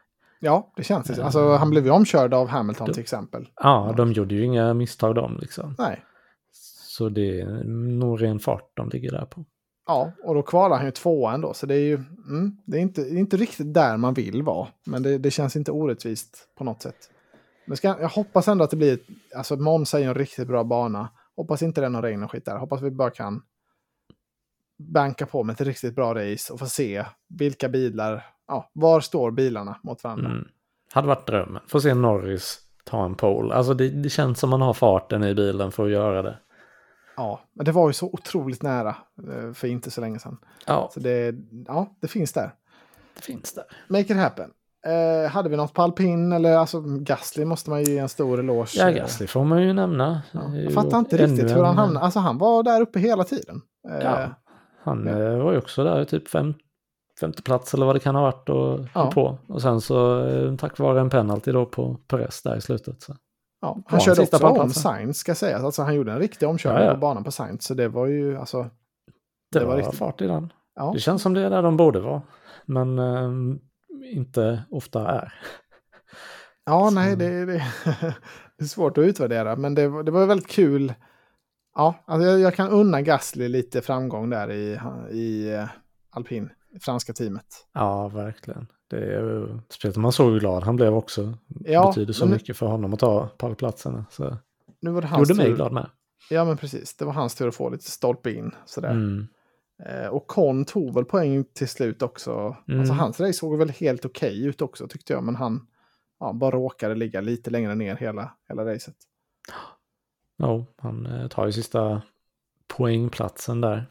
Ja, det känns det. Alltså, han blev ju omkörd av Hamilton Då- till exempel. Ja, de gjorde ju inga misstag de liksom. Nej. Så det är nog ren fart de ligger där på. Ja, och då kvalar han ju tvåa ändå. Så det är ju mm, det är inte, det är inte riktigt där man vill vara. Men det, det känns inte orättvist på något sätt. Men ska, jag hoppas ändå att det blir... Alltså Monza är ju en riktigt bra bana. Hoppas inte den har regn och skit där. Hoppas vi bara kan banka på med ett riktigt bra race och få se vilka bilar... Ja, var står bilarna mot varandra? Mm. Hade varit drömmen. Få se Norris ta en pole. Alltså det, det känns som man har farten i bilen för att göra det. Ja, men det var ju så otroligt nära eh, för inte så länge sedan. Ja, Så det, ja, det finns där. det finns där. Make it happen. Eh, hade vi något på alpin eller alltså Gasly måste man ju ge en stor eloge. Ja, Gasly får man ju nämna. Ja, Det är jag ju fattar inte ännu riktigt hur han en- hamnade. Alltså han var där uppe hela tiden. Eh, Ja, han ja. eh, var ju också där typ fem, femte plats eller vad det kan ha varit och Ja. höll på. Och sen så eh, tack vare en penalty då på Perez där i slutet. Så. ja. Var Han han körde sista också om pallplatsen? Sainz ska sägas. Alltså han gjorde en riktig omkörning Ja, ja. på banan på Sainz. Så det var ju alltså... Det, Det var var riktigt- fart i den. Ja, Det känns som det är där de borde vara. Men eh, inte ofta är. ja Så- nej det, det, det är svårt att utvärdera. Men det, var- det var väldigt kul. Ja, alltså jag, jag kan unna Gasly lite framgång där i, i eh, alpin, i franska teamet. Ja, verkligen. Det är ju, speciellt om man såg hur glad han blev också. Ja, Det betyder så men nu- mycket för honom att ta pallplatserna. Så Nu var det hans gjorde mig tur. glad med. Ja, men precis. Det var hans tur att få lite stolpe in. Sådär. Mm. Eh, och Con tog väl poäng till slut också. Mm. Alltså hans race såg väl helt okej ut också tyckte jag. Men han ja, bara råkade ligga lite längre ner hela, hela racet. Ja, han eh, tar ju sista poängplatsen där.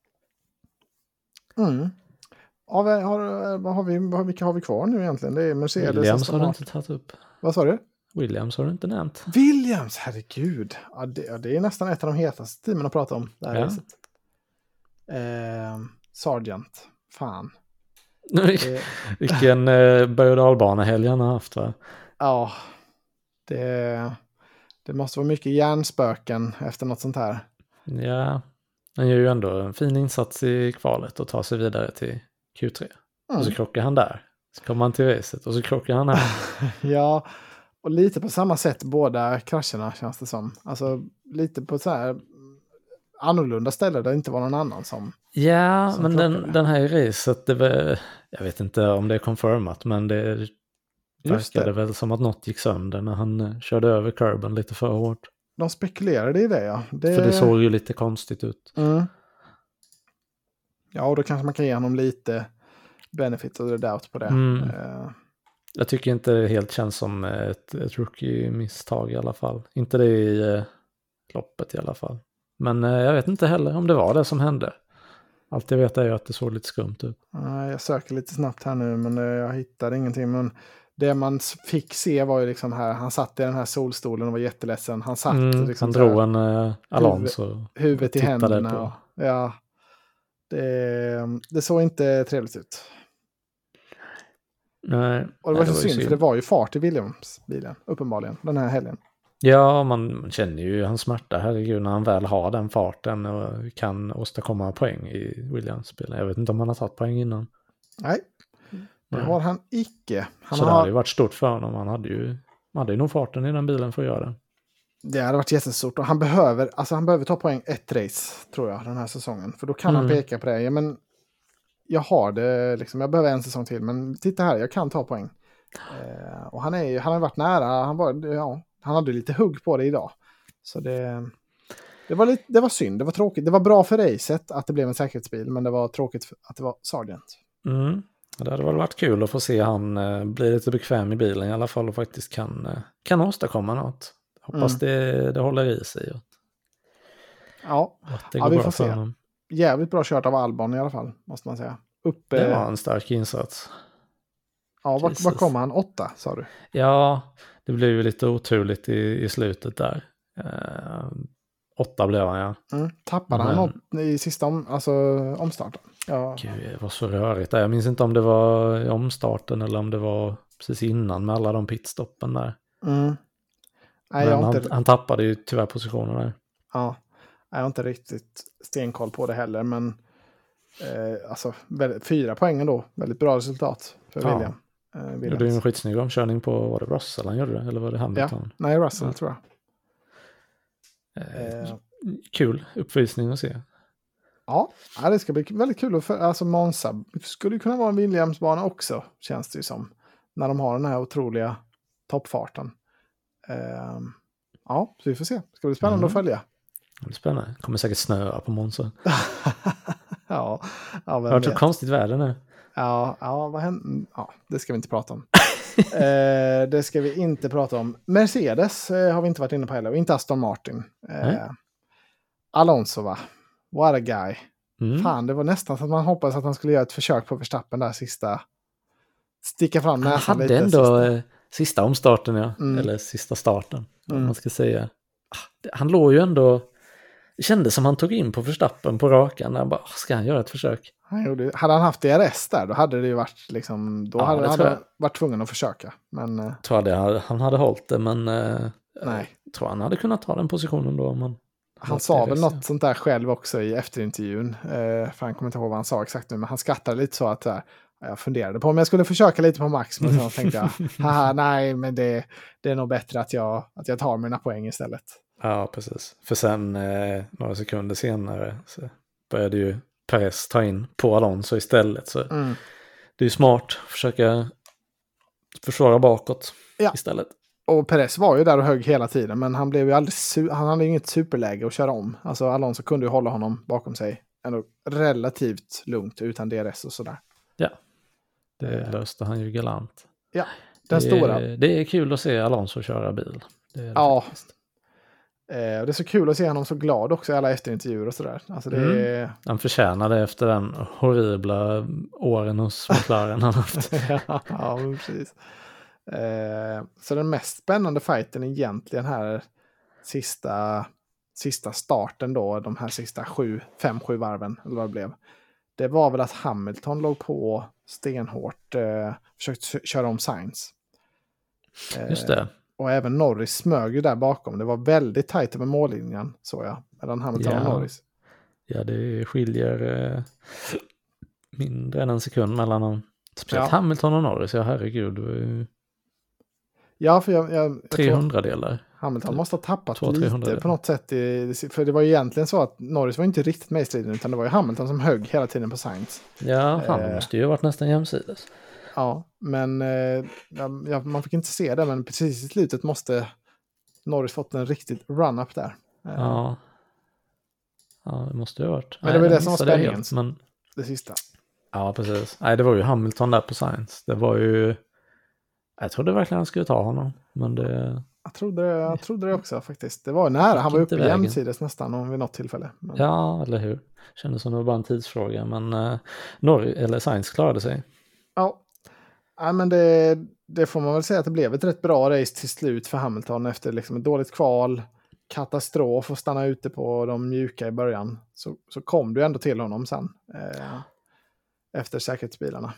Mm. Ja, vad har, vad har vi, vad, vilka har vi kvar nu egentligen? Det är Mercedes. Williams Aston har du Martin. inte tagit upp. Vad sa du? Williams har du inte nämnt. Williams, herregud. Ja, det, ja, det är nästan ett av de hetaste teamen att prata om. Det här Ja. racet. Eh, Sargent. Fan. Det, Vilken eh, berg- och dalbanehelg han har haft, va? ja. Det, det måste vara mycket hjärnspöken efter något sånt här. Ja, han gör ju ändå en fin insats i kvalet och tar sig vidare till Q tre. Och så Mm. krockar han där. Så kommer han till racet och så krockar han här. Ja, och lite på samma sätt båda krascherna känns det som. Alltså lite på så här annorlunda ställen där det inte var någon annan som... Ja, Som men den, krockade. den här i racet, det var, jag vet inte om det är confirmat, men det Just verkade det. väl som att något gick sönder när han eh, körde över kurben lite för hårt. De spekulerade i det, ja. Det... För det såg ju lite konstigt ut. Mm. Ja, och då kanske man kan ge honom lite benefit of the doubt på det. Mm. Eh, Jag tycker inte det helt känns som ett, ett rookie-misstag i alla fall. Inte det i eh, loppet i alla fall. Men eh, jag vet inte heller om det var det som hände. Allt jag vet är ju att det såg lite skumt ut. nej, jag söker lite snabbt här nu, men eh, jag hittade ingenting. Men det man s- fick se var ju liksom här, han satt i den här solstolen och var jätteledsen. Han satt Mm, liksom han så här, drog en eh, Alonso. huvudet i tittade händerna. på. Och, ja, det, det såg inte trevligt ut. Nej, Och det var nej, så ju synd, för det var ju fart i Williams-bilen, uppenbarligen, den här helgen. Ja, man, man känner ju hans smärta, herregud, när han väl har den farten och kan åstadkomma poäng i Williams-bilen. Jag vet inte om han har tagit poäng innan. Nej, det Nej. har han icke. Han Så det har, hade ju varit stort för honom. Han hade ju, han hade ju nog farten i den bilen för att göra det. det hade varit jättestort. Och han behöver, alltså han behöver ta poäng ett race, tror jag, den här säsongen. För då kan han Mm. peka på det. Ja, men jag har det, liksom, jag behöver en säsong till. Men titta här, jag kan ta poäng. Eh, och han, är, ju- han har varit nära. Han, var, ja, han hade lite hugg på det idag. Så det, det, var lite, det var synd, det var tråkigt. Det var bra för racet att det blev en säkerhetsbil. Men det var tråkigt för att det var Sargent. Mm. Det hade väl varit kul att få se han eh, bli lite bekväm i bilen i alla fall och faktiskt kan, eh, kan åstadkomma något. Hoppas Mm. det, det håller i sig och Ja, att det Ja, går vi bra får för se. honom. jävligt bra kört av Albon i alla fall, måste man säga. Uppe, Det var en stark insats. ja, var, var Jesus. kom han? Åtta, sa du? Ja, det blev ju lite oturligt i, i slutet där. Eh, åtta blev han, ja. Mm. Tappade han Men- något i sista om, alltså, omstarten? Ja. Gud, det var så rörigt där. Jag minns inte om det var i omstarten eller om det var precis innan med alla de pitstoppen där. Mm. Nej, jag Men har han, inte, han tappade ju tyvärr positionen där. ja, jag har inte riktigt stenkoll på det heller, men eh, alltså, väldigt, fyra poäng då. Väldigt bra resultat för Ja. William. Eh, Det är ju en skitsnygg omkörning på, var det Russell han gjorde det? Eller var det Hamilton? Ja, nej Russell Ja. tror jag. Eh, Eh, Kul uppvisning att se. ja, ja, det ska bli väldigt kul. Att för, alltså Monza skulle ju kunna vara en Williams-bana också, känns det ju som. När de har den här otroliga toppfarten. Eh, ja, så vi får se. Det ska bli spännande Mm. att följa. Det är spännande. Kommer säkert snöa på Monza. ja, ja, Det har vem varit så vet. konstigt väder nu. Ja, ja, vad hände? Ja, det ska vi inte prata om. eh, det ska vi inte prata om. Mercedes eh, har vi inte varit inne på heller. Och inte Aston Martin. Nej. Eh, Alonso va? What a guy. Mm. Fan, det var nästan så att man hoppades att han skulle göra ett försök på Verstappen där sista. Sticka fram Han näsan hade lite. ändå Sista. sista, sista omstarten, ja. Mm. Eller sista starten, Mm. om man ska säga. Ah, det- Han låg ju ändå... Det kändes som han tog in på Verstappen på rakan. Där han bara, "Ah, ska han göra ett försök?" Han gjorde, hade han haft D R S där, då hade det ju varit liksom, då Ja, hade det han tror jag. varit tvungen att försöka. Men eh, Jag tror att det hade- han hade hållit det, men... Eh, nej. Jag tror han hade kunnat ta den positionen då. Om han, Han sa väl något sånt där själv också i efterinttervjun. Eh, för han kommer inte ihåg vad han sa exakt nu. Men han skrattade lite så att här, jag funderade på om jag skulle försöka lite på Max. Men så tänkte jag, haha, nej, men det, det är nog bättre att jag, att jag tar mina poäng istället. Ja, precis. För sen eh, några sekunder senare så började ju Perez ta in på Alonso istället. Så Mm. det är ju smart att försöka försvara bakåt Ja. istället. Och Perez var ju där och högg hela tiden. Men han blev ju aldrig su- han hade ju inget superläge att köra om. Alltså Alonso kunde ju hålla honom bakom sig. Ändå relativt lugnt utan D R S och sådär. Det löste han ju galant. Ja, den det, stora. Är, det är kul att se Alonso köra bil. Det är det Ja. faktiskt. Eh, och det är så kul att se honom så glad också i alla efterintervjuer och sådär. Alltså det Mm. är... Han förtjänade efter den horribla åren hos McLaren han haft. ja, ja, men precis. Eh, så den mest spännande fighten egentligen här sista, sista starten då, de här sista sju, fem, sju varven, eller vad det blev. Det var väl att Hamilton låg på stenhårt, eh, försökte köra om Sainz. Eh, Just det. Och även Norris smög ju där bakom. Det var väldigt tajt över mållinjen, så jag. Mellan Hamilton Ja. och Norris. Ja, det skiljer eh, mindre än en sekund mellan dem. Speciellt Ja. Hamilton och Norris. Ja, herregud. Det var ju Ja, för jag, jag, jag tror trehundra delar. Hamilton måste ha tappat Två, trehundra lite på något sätt. I, för det var ju egentligen så att Norris var inte riktigt med i striden, utan det var ju Hamilton som högg hela tiden på Sainz. Ja, han Eh. måste ju ha varit nästan jämsides. Ja, men eh, ja, man fick inte se det, men precis i slutet måste Norris fått en riktigt run-up där. Eh, Ja. Ja, det måste ju ha varit. Men det var Nej, det som var missade jag spänningen. helt, Men Det sista. ja, precis. Nej, det var ju Hamilton där på Sainz. Det var ju... Jag trodde verkligen han skulle ta honom. Men det... Jag trodde, det- jag trodde det också faktiskt. Det var nära, han var Gick uppe inte vägen. jämsides nästan om vid något tillfälle. Men, Ja, eller hur? Kändes som det var bara en tidsfråga. Men uh, Norris, eller Sainz klarade sig. ja. Ja, men det, det får man väl säga att det blev ett rätt bra race till slut för Hamilton efter liksom ett dåligt kval, katastrof och stanna ute på de mjuka i början. Så, så kom du ändå till honom sen eh, efter säkerhetsbilarna.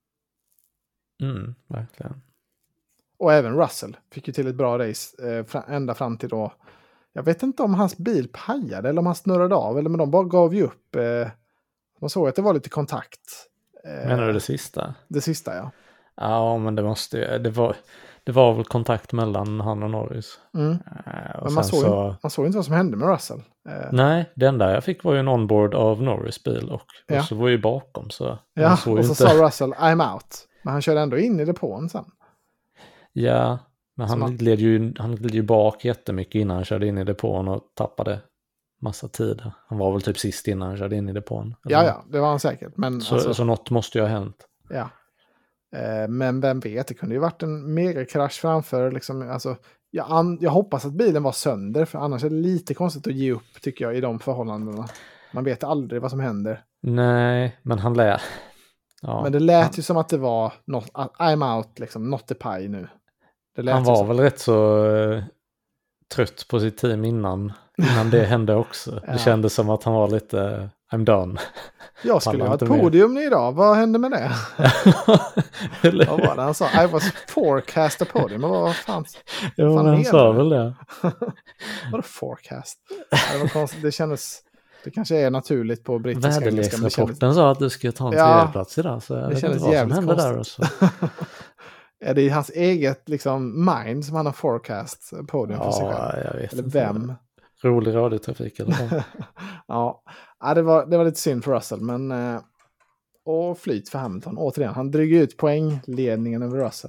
Mm, verkligen. Och även Russell fick ju till ett bra race eh, fra, ända fram till då. Jag vet inte om hans bil pajade eller om han snurrade av, eller men de bara gav ju upp. Eh, man såg att det var lite kontakt. Eh, Menar du det sista? Det sista, ja. Ja, men det måste ju... Det var, det var väl kontakt mellan han och Norris. Mm. Uh, och Men man sen såg, så... ju, man såg inte vad som hände med Russell. Eh, Nej, det enda jag fick var ju en onboard av Norris bil och, Ja. och så var ju bakom så... ja, han såg och ju så inte... sa Russell, I'm out. Men han körde ändå in i depån sen. Ja, men Som han att- gled, ju, han gled ju bak jättemycket innan han körde in i depån och tappade massa tid. Han var väl typ sist innan han körde in i depån. Ja, ja, det var han säkert. Men, Så, alltså, så något måste ju ha hänt. ja. eh, men vem vet, det kunde ju varit en megakrasch framför. Liksom, alltså, jag, an, jag hoppas att bilen var sönder, för annars är det lite konstigt att ge upp, tycker jag, i de förhållandena. Man vet aldrig vad som händer. Nej, men han lät... Ja, Men det lät han, ju som att det var not, I'm out, liksom, not the pie nu. Det lät han ju var så. väl rätt så uh, trött på sitt team innan, innan det hände också. Ja. Det kändes som att han var lite uh, I'm done. Jag skulle pallar ha ett inte mer. podium idag, vad hände med det? Eller, Vad var det han sa? I was forecast a podium. Men vad fan, jo, fan men han menar sa du? väl det. vadå forecast? Ja, det var konstigt, det kändes... Det kanske är naturligt på brittiska engelska. Men det kändes, Väderleksrapporten sa att du skulle ta en Ja, tredjeplats idag. Så jag det vet inte kändes vad som jävligt hände där. konstigt. Och så. Är det hans eget liksom mind som han har forecast podium för sig själv? Ja, jag vet Eller inte. vem? Rolig radiotrafik eller vad? ja, ja det, var, det var lite synd för Russell, men eh, och flyt för Hamilton. Återigen, han dryger ut poängledningen över Russell.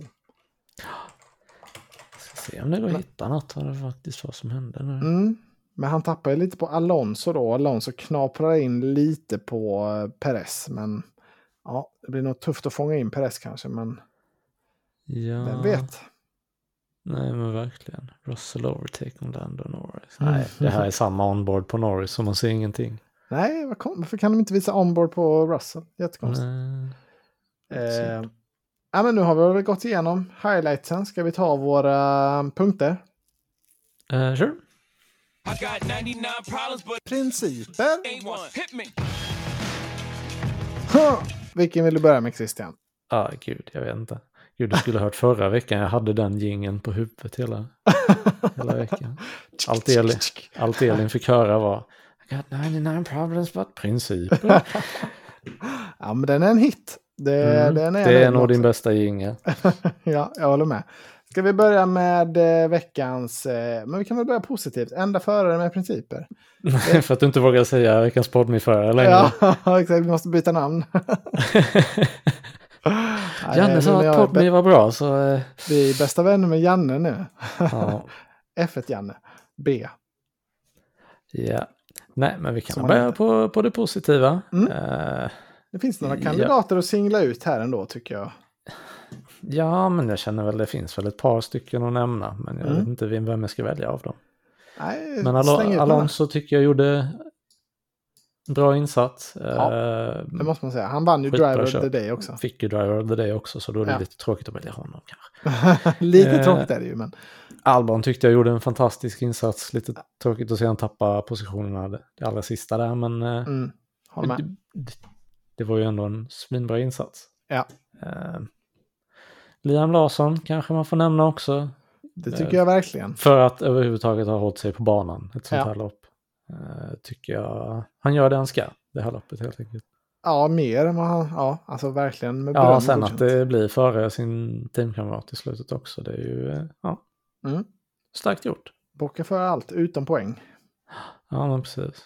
Ska se om det går att hitta något vad det faktiskt var som hände nu. Mm. Men han tappar ju lite på Alonso då. Alonso knaprar in lite på Perez. Men ja, det blir nog tufft att fånga in Perez kanske. Men Ja. vem vet? Nej, men verkligen. Russell overtake on Lando Norris. Mm. Nej, det här är samma onboard på Norris så man ser ingenting. Nej, vad kom, varför kan de inte visa onboard på Russell? Jättekonstigt. Nej. Eh, ja, men nu har vi väl gått igenom highlightsen. Ska vi ta våra punkter? Uh, sure. Principer. Huh. Vilken vill du börja med, Christian? Ja, ah, gud, jag vet inte. Gud, du skulle ha hört förra veckan. Jag hade den jingeln på huvudet hela, hela veckan. Allt Elin, allt Elin fick höra var I got ninety-nine problems but principer. Ja, men den är en hit. Det, Mm, den är, det är en nog också. din bästa jingel. Ja, jag håller med. Ska vi börja med eh, veckans... Eh, men vi kan väl börja positivt. Enda förare med principer. För att du inte vågar säga veckans poddmiförare längre. Ja, exakt. Vi måste byta namn. Janne sa att Podme var bra så... Eh... Vi är bästa vänner med Janne nu. Ja. F ett Janne. B. Ja. Nej, men vi kan Som börja på, på det positiva. Mm. Uh, det finns några kandidater ja. att singla ut här ändå, tycker jag. Ja, men jag känner väl det finns väl ett par stycken att nämna. Men jag mm. vet inte vem jag ska välja av dem. Nej, men Al- Alonso tycker jag gjorde en bra insats. Ja, uh, det måste man säga. Han vann ju Driver of the Day också. Fick ju Driver of the Day också, så då är det ja. lite tråkigt att välja honom kanske. lite uh, tråkigt är det ju, men... Albon tyckte jag gjorde en fantastisk insats. Lite tråkigt att se han tappa positionerna det, det allra sista där, men mm. det, det, det var ju ändå en svinbra insats. Ja. Uh, Liam Larsson kanske man får nämna också. Det tycker uh, jag verkligen. För att överhuvudtaget ha hållit sig på banan ett sånt ja. här lopp. Uh, tycker jag han gör det han ska, det här loppet helt enkelt. Ja, mer än vad han, ja, alltså verkligen med ja, sen att det blir före sin teamkamrat i slutet också, det är ju, uh, ja. Mm. Starkt gjort. Bockar för allt utom poäng. Ja, men precis.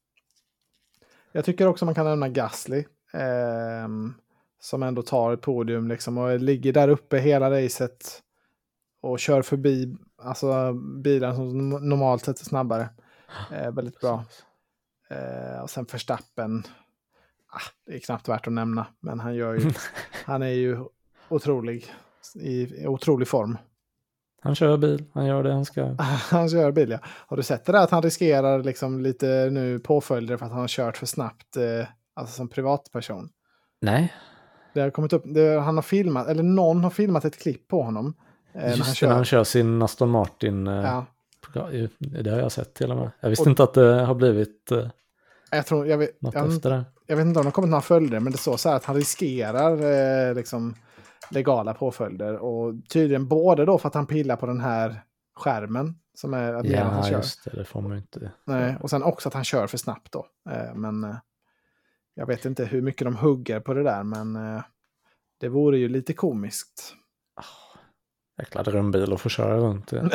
Jag tycker också man kan nämna Gasly. Eh, som ändå tar ett podium liksom, och ligger där uppe hela racet. Och kör förbi alltså, bilar som normalt sett är snabbare. Eh, väldigt bra. Eh, och sen Verstappen. Ah, det är knappt värt att nämna. Men han, gör ju, han är ju otrolig. I, i otrolig form. Han kör bil, han gör det han ska. Han kör bil, ja. Har du sett det där att han riskerar liksom lite nu påföljder för att han har kört för snabbt, eh, alltså som privatperson? Nej. Det har kommit upp, det, han har filmat, eller någon har filmat ett klipp på honom. Eh, Just när han det, kör. när han kör sin Aston Martin. Eh, ja. Det har jag sett till och med. Jag visste och, inte att det har blivit eh, jag tror, jag vet, något jag, efter det. Jag vet inte om det har kommit några följder, men det står så här att han riskerar eh, liksom legala påföljder, och tydligen både då för att han pillar på den här skärmen som är att ja, han kör. Just det, det får man inte. Nej, och sen också att han kör för snabbt då. Eh, men eh, jag vet inte hur mycket de hugger på det där, men eh, det vore ju lite komiskt. Oh, jäkla drömbil att få köra runt i.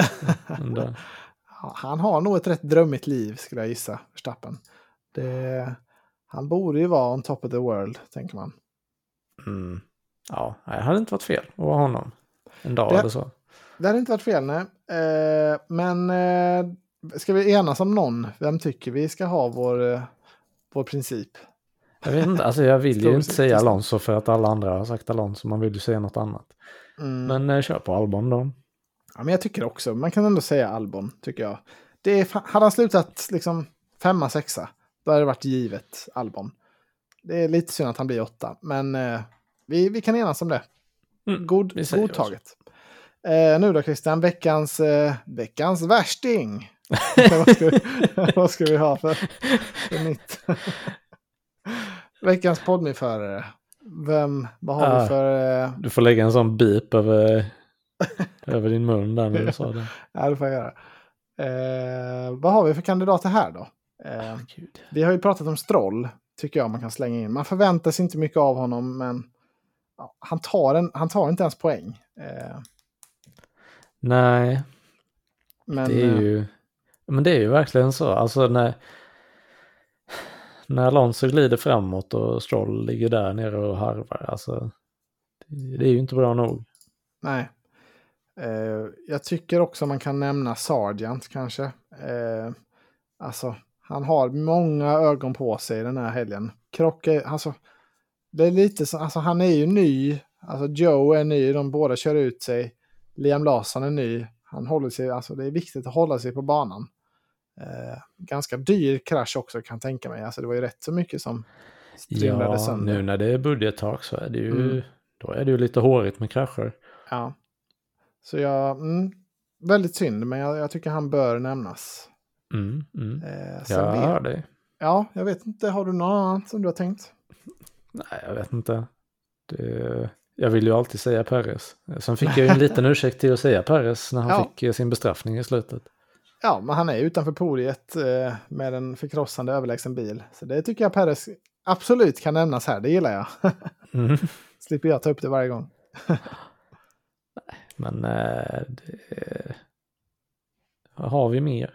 Ja, han har nog ett rätt drömmigt liv, skulle jag gissa, Verstappen. Det, han borde ju vara on top of the world, tänker man. Mm. Ja, det hade inte varit fel att vara honom en dag det, eller så. Det hade inte varit fel, nej. Eh, men eh, ska vi enas om någon? Vem tycker vi ska ha vår, eh, vår princip? Jag vet inte, alltså jag vill ju inte säga Alonso för att alla andra har sagt Alonso. Man vill ju säga något annat. Mm. Men eh, kör på Albon då. Ja, men jag tycker också, man kan ändå säga Albon, tycker jag. Det är, hade han slutat liksom femma, sexa, då hade det varit givet Albon. Det är lite synd att han blir åtta, men eh, vi, vi kan enas om det. Mm, God, godtaget. Eh, nu då, Christian, veckans, eh, veckans värsting. vad, ska vi, vad ska vi ha för, för nytt? Veckans poddmiförare. Vem, vad har ah, vi för... Eh... Du får lägga en sån bip över, över din mun där när du sa det. Ja, det får jag göra. Eh, vad har vi för kandidater här då? Eh, oh, vi har ju pratat om Stroll, tycker jag man kan slänga in. Man förväntar sig inte mycket av honom, men ja, han, tar en, han tar inte ens poäng. Eh, Nej, men, det är ju, men det är ju verkligen så. Alltså när, när Alonso glider framåt och Stroll ligger där nere och harvar. Alltså, det, det är ju inte bra nog. Nej. Eh, jag tycker också man kan nämna Sargent kanske. Eh, alltså, han har många ögon på sig den här helgen. Krockar, alltså, det är lite så, alltså han är ju ny. Alltså Joe är ny, de båda kör ut sig. Liam Lawson är ny. Han håller sig, alltså det är viktigt att hålla sig på banan. Eh, ganska dyr krasch också kan jag tänka mig. Alltså det var ju rätt så mycket som strimlade Ja, sönder. nu när det är budgettak så är det ju, Mm. då är det ju lite hårigt med krascher. Ja. Så jag, mm, väldigt synd, men jag, jag tycker han bör nämnas. Mm, mm. Eh, sen Jag vet, hör dig. ja, jag vet inte, har du något annat som du har tänkt? Nej, jag vet inte. Det, jag vill ju alltid säga Perez. Sen fick jag ju en liten ursäkt till att säga Perez när han Ja. fick sin bestraffning i slutet. Ja, men han är utanför podiet eh, med en förkrossande överlägsen bil. Så det tycker jag Perez absolut kan nämnas här, det gillar jag. Mm. Slipper jag ta upp det varje gång. Men äh, det, vad har vi mer?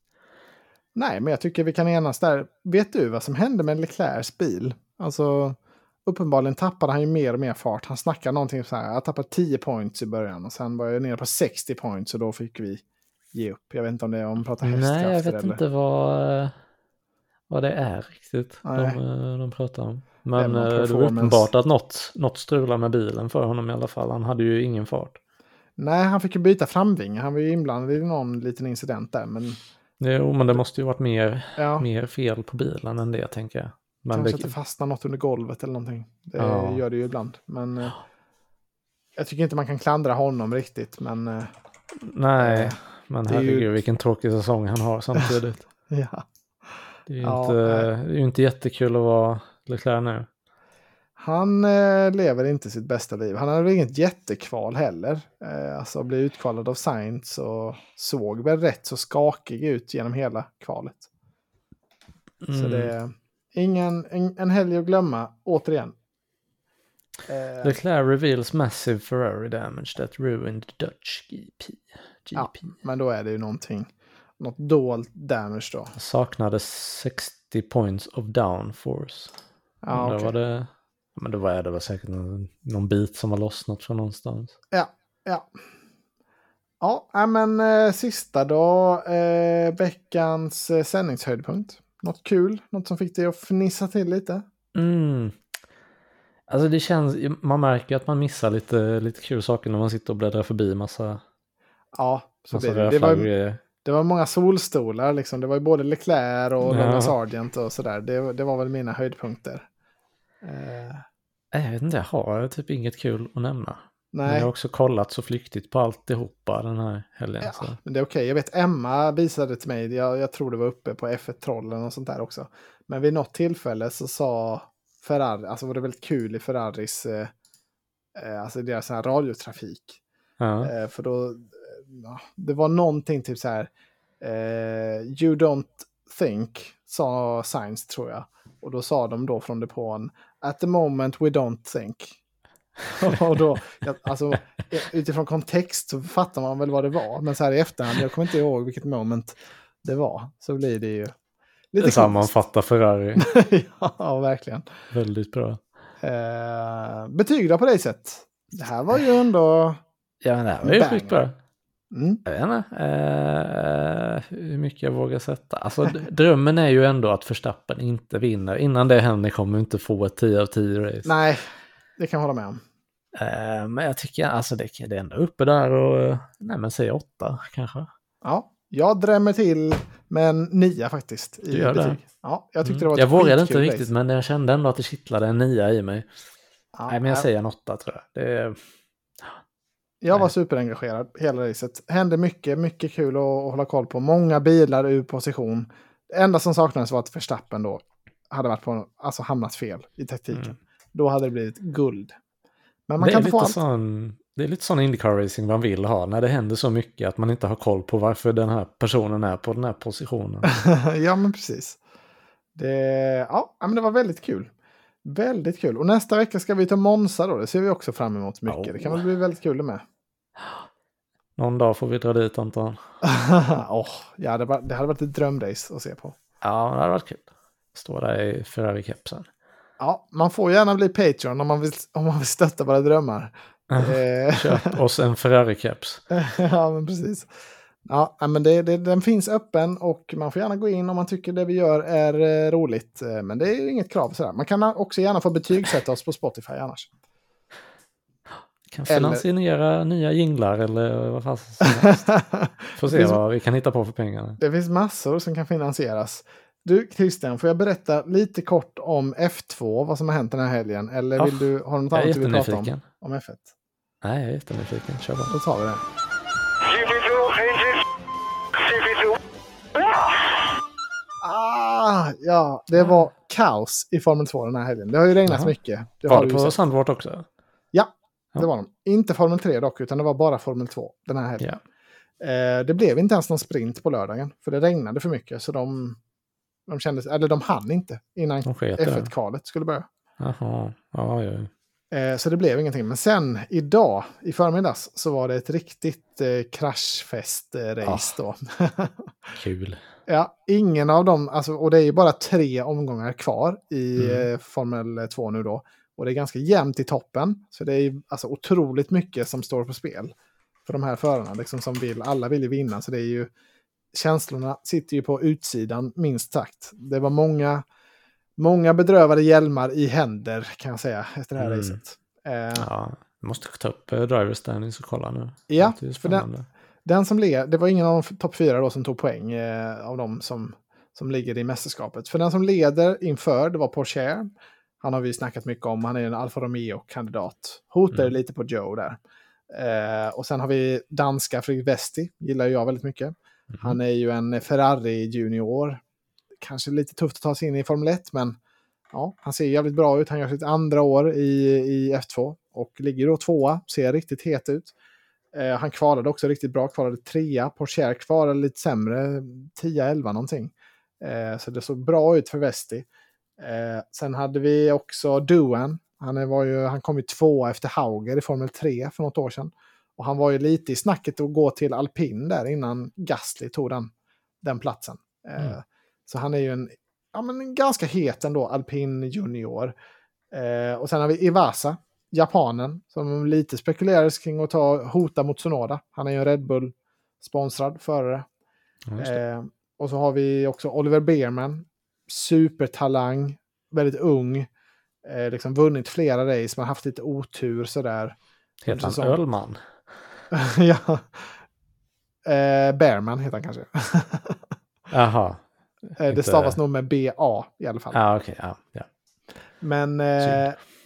Nej, men jag tycker vi kan enas där. Vet du vad som hände med Leclercs bil? Alltså, uppenbarligen tappade han ju mer och mer fart. Han snackade någonting så här, jag tappade tio points i början och sen var jag nere på sextio points och då fick vi ge upp. Jag vet inte om det är om man pratar hästkrafter Nej, jag vet eller... inte vad, vad det är riktigt de, Nej. de pratar om. Men Det är någon äh, det var performance. uppenbart att något, något strular med bilen för honom i alla fall. Han hade ju ingen fart. Nej, han fick ju byta framvinge. Han var ju inblandad i någon liten incident där, men... Jo, men det måste ju varit mer, Ja. mer fel på bilen än det, tänker jag. Men Kanske det, att det fastnar något under golvet eller någonting. Det Ja. gör det ju ibland. Men eh, jag tycker inte man kan klandra honom riktigt. Men eh, nej, eh, men det är ju- herregud vilken tråkig säsong han har samtidigt. ja. Det är ju Ja, inte, nej. det är ju inte jättekul att vara Leclerc nu. Han eh, lever inte sitt bästa liv. Han hade väl inget jättekval heller. Eh, alltså bli utkvalad av Sainz och såg väl rätt så skakig ut genom hela kvalet. Så Mm. det är ingen, en, en helg att glömma, återigen. Eh, Leclerc reveals massive Ferrari damage that ruined Dutch G P. Ja. G P. men då är det ju någonting, något dolt damage då. Saknade sextio points of downforce. Ja, Undrar okej. vad det, men då var det väl säkert någon, någon bit som har lossnat från någonstans. Ja, ja. Ja, ja, men eh, sista då. Eh, veckans eh, sändningshöjdpunkt. Något kul? Något som fick dig att fnissa till lite? Mm. Alltså det känns, man märker att man missar lite, lite kul saker när man sitter och bläddrar förbi massa, Ja, så massa blir det. Det var, rödflaggor. det var många solstolar liksom. Det var ju både Leclerc och Ja. Logan Sargent och sådär. Det, det var väl mina höjdpunkter. Eh, Nej, jag vet inte, jag har typ inget kul att nämna. Men jag nej, har också kollat så flyktigt på alltihopa den här helgen. ja, Så. men det är okej. Jag vet Emma visade till mig, jag, jag tror det var uppe på F ett-trollen och sånt där också. Men vid något tillfälle så sa Ferrari, alltså var det väldigt kul i Ferraris, eh, eh, alltså deras så här radiotrafik. Ja. Eh, för då, eh, ja, det var någonting typ så här, eh, you don't think, sa Sainz tror jag. Och då sa de då från depån, at the moment we don't think. Och då, ja, alltså utifrån kontext så fattar man väl vad det var. Men så här i efterhand, jag kommer inte ihåg vilket moment det var. Så blir det ju lite Det komiskt. sammanfattar Ferrari Ja, verkligen. väldigt bra. Eh, betyg då på det sätt. Det här var ju ändå... Ja, men det här var ju Bang. sjukt bra. Mm. Jag vet inte eh, hur mycket jag vågar sätta. Alltså d- drömmen är ju ändå att Verstappen inte vinner. Innan det händer kommer vi inte få ett tio av tio race. Nej, det kan jag hålla med om. Eh, men jag tycker alltså det, det är ändå uppe där och nej men säg åtta kanske. Ja, jag drämmer till med en nia faktiskt. I Du gör det? betyg. Ja, jag tyckte Mm. det var ett Jag vågade skitkul inte riktigt race. men jag kände ändå att det kittlade en nia i mig. Ja, Nej men jag ja. säger en åtta tror jag. Det är, Jag var Nej. superengagerad hela racet. Hände mycket, mycket kul att, att hålla koll på. Många bilar ur position. Det enda som saknades var att Verstappen då hade varit på, alltså hamnat fel i taktiken. Mm. Då hade det blivit guld. Men man det, är kan inte få lite allt. sån, det är lite sån IndyCar-racing man vill ha. När det händer så mycket att man inte har koll på varför den här personen är på den här positionen. Ja, men precis. Det, ja, men det var väldigt kul. Väldigt kul. Och nästa vecka ska vi ta Monza då. Det ser vi också fram emot mycket. Oh. Det kan väl bli väldigt kul det med. Någon dag får vi dra dit, Anton. oh, ja, det, var, det hade varit ett drömrace att se på. Ja, det hade varit kul. Stå där i Ferrari-kepsen. Ja, man får gärna bli Patreon om man vill, om man vill stötta våra drömmar. Köp oss en Ferrari-keps. Ja, men precis. Ja, men det, det, den finns öppen och man får gärna gå in om man tycker det vi gör är eh, roligt. Men det är inget krav sådär. Man kan också gärna få betygsätta oss på Spotify annars. Kan finansiera eller... nya jinglar eller vad fan som helst. Får se finns... vad vi kan hitta på för pengarna. Det finns massor som kan finansieras. Du Christian, får jag berätta lite kort om F två, vad som har hänt den här helgen? Eller vill oh, du ha något annat du vill prata om, om F ett? Nej, jag är jättenyfiken. Kör bara. Då tar vi det. Ah, ja, det var kaos i Formel två den här helgen. Det har ju regnat Aha. mycket. Det var har det på Sandvort också? Ja, det ja. var de. Inte Formel tre dock, utan det var bara Formel två den här helgen. Ja. Eh, det blev inte ens någon sprint på lördagen, för det regnade för mycket. Så de, de kändes, eller de hann inte innan F ett-kvalet skulle börja. Jaha, ja, ja. Eh, så det blev ingenting. Men sen idag, i förmiddags, så var det ett riktigt eh, kraschfest-race ah, då. Kul. Ja, ingen av dem, alltså, och det är ju bara tre omgångar kvar i mm. eh, Formel två nu då. Och det är ganska jämnt i toppen. Så det är alltså otroligt mycket som står på spel för de här förarna. Liksom, som vill, alla vill ju vinna. Så det är ju, känslorna sitter ju på utsidan minst sagt. Det var många, många bedrövade hjälmar i händer kan jag säga efter det här mm. racet. Eh, ja, jag måste ta upp eh, driver standings och kolla nu. Ja, för den, den som led, det var ingen av de topp fyra då som tog poäng eh, av dem som, som ligger i mästerskapet. För den som leder inför, det var Porsche. Han har vi snackat mycket om. Han är en Alfa Romeo-kandidat. Hotar mm. lite på Joe där. Eh, och sen har vi danska Fredrik Westi. Gillar jag väldigt mycket. Mm. Han är ju en Ferrari junior. Kanske lite tufft att ta sig in i Formel ett. Men ja, han ser jävligt bra ut. Han gör sitt andra år i, i F två. Och ligger då tvåa. Ser riktigt het ut. Eh, han kvalade också riktigt bra. Kvalade trea. Porsche kvalade lite sämre. tio elva någonting. Eh, så det såg bra ut för Westi. Eh, sen hade vi också Duan. Han, var ju, han kom ju tvåa efter Hauger i Formel tre för något år sedan. Och han var ju lite i snacket att gå till Alpin där innan Gasly tog den, den platsen. Eh, mm. Så han är ju en, ja, men en ganska het ändå Alpin junior. Eh, och sen har vi Iwasa, japanen, som lite spekulerades kring att ta hota mot Tsunoda. Han är ju en Red Bull-sponsrad förare. Mm, eh, och så har vi också Oliver Bearman. Supertalang, väldigt ung, eh, liksom vunnit flera race, men haft lite otur sådär. Heter han Ölman? Ja. Eh, Bearman heter han kanske. Jaha. eh, det stavas nog med B A i alla fall. Ja, okej. Okay. Ja, ja. Men eh,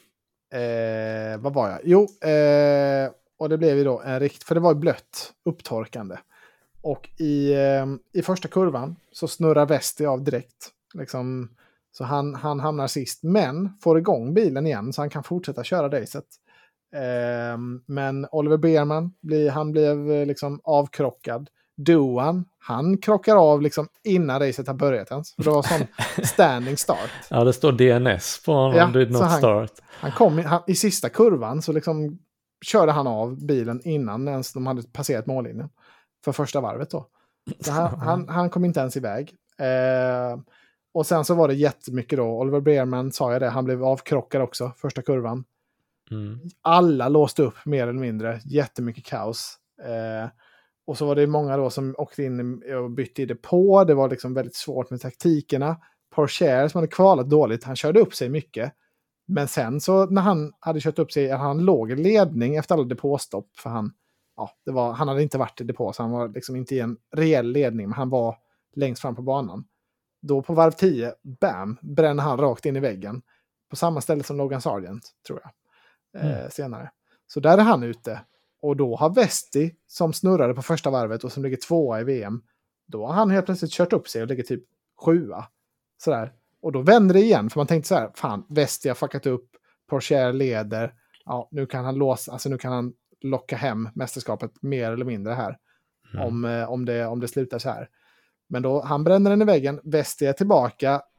eh, vad var jag? Jo, eh, och det blev ju då en rikt, för det var blött, upptorkande. Och i, eh, i första kurvan så snurrar Westi av direkt. Liksom, så han, han hamnar sist, men får igång bilen igen så han kan fortsätta köra racet. Eh, men Oliver Bearman, blir, han blev liksom avkrockad. Duan, han krockar av liksom innan racet har börjat ens. För det var sån standing start. Ja, det står D N S på honom, ja, did not han, start. Han kom i, han, i sista kurvan så liksom körde han av bilen innan ens de hade passerat mållinjen. För första varvet då. Så han, han, han kom inte ens iväg. Eh, Och sen så var det jättemycket då. Oliver Bearman sa jag det. Han blev avkrockad också. Första kurvan. Mm. Alla låste upp mer eller mindre. Jättemycket kaos. Eh, och så var det många då som åkte in och bytte i depå. Det var liksom väldigt svårt med taktikerna. Porsche som hade kvalat dåligt. Han körde upp sig mycket. Men sen så när han hade kört upp sig. Han låg i ledning efter alla depåstopp. För han, ja, det var, han hade inte varit i depå. Så han var liksom inte i en reell ledning. Men han var längst fram på banan. Då på varv tio, bam, bränner han rakt in i väggen. På samma ställe som Logan Sargent, tror jag. Eh, mm. Senare. Så där är han ute. Och då har Westi, som snurrade på första varvet och som ligger tvåa i V M. Då har han helt plötsligt kört upp sig och ligger typ sjua. Sådär. Och då vänder det igen. För man tänkte så här, fan, Westi har fuckat upp. Porsche leder. Ja, nu kan han låsa, alltså nu kan han locka hem mästerskapet mer eller mindre här. Mm. Om, om, det, om det slutar så här. Men då, han bränner den i väggen. Westi är tillbaka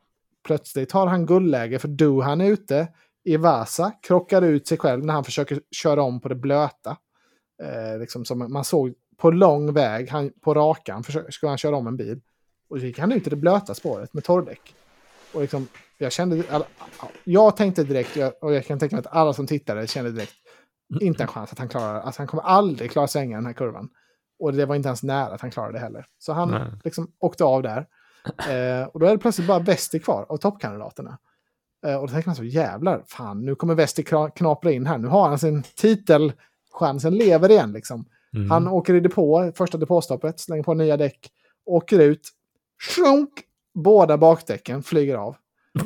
plötsligt har han guldläge för Doohan är ute i Vasa, krockar ut sig själv när han försöker köra om på det blöta. Eh, liksom som man såg på lång väg, han, på rakan försöker, skulle han köra om en bil. Och så gick han ut i det blöta spåret med torrdäck. Och liksom, jag kände, alla, jag tänkte direkt, och jag kan tänka mig att alla som tittade kände direkt, inte en chans att han klarar, alltså han kommer aldrig klara svänga den här kurvan. Och det var inte ens nära att han klarade det heller. Så han Nej. liksom åkte av där. Eh, och då är det plötsligt bara Vesti kvar av toppkandidaterna. Eh, och då tänker man så, jävlar, fan, nu kommer Vesti knapra in här. Nu har han sin titelchansen, lever igen liksom. Mm. Han åker i depå, första depåstoppet, slänger på nya däck, åker ut, sjunk, båda bakdäcken flyger av.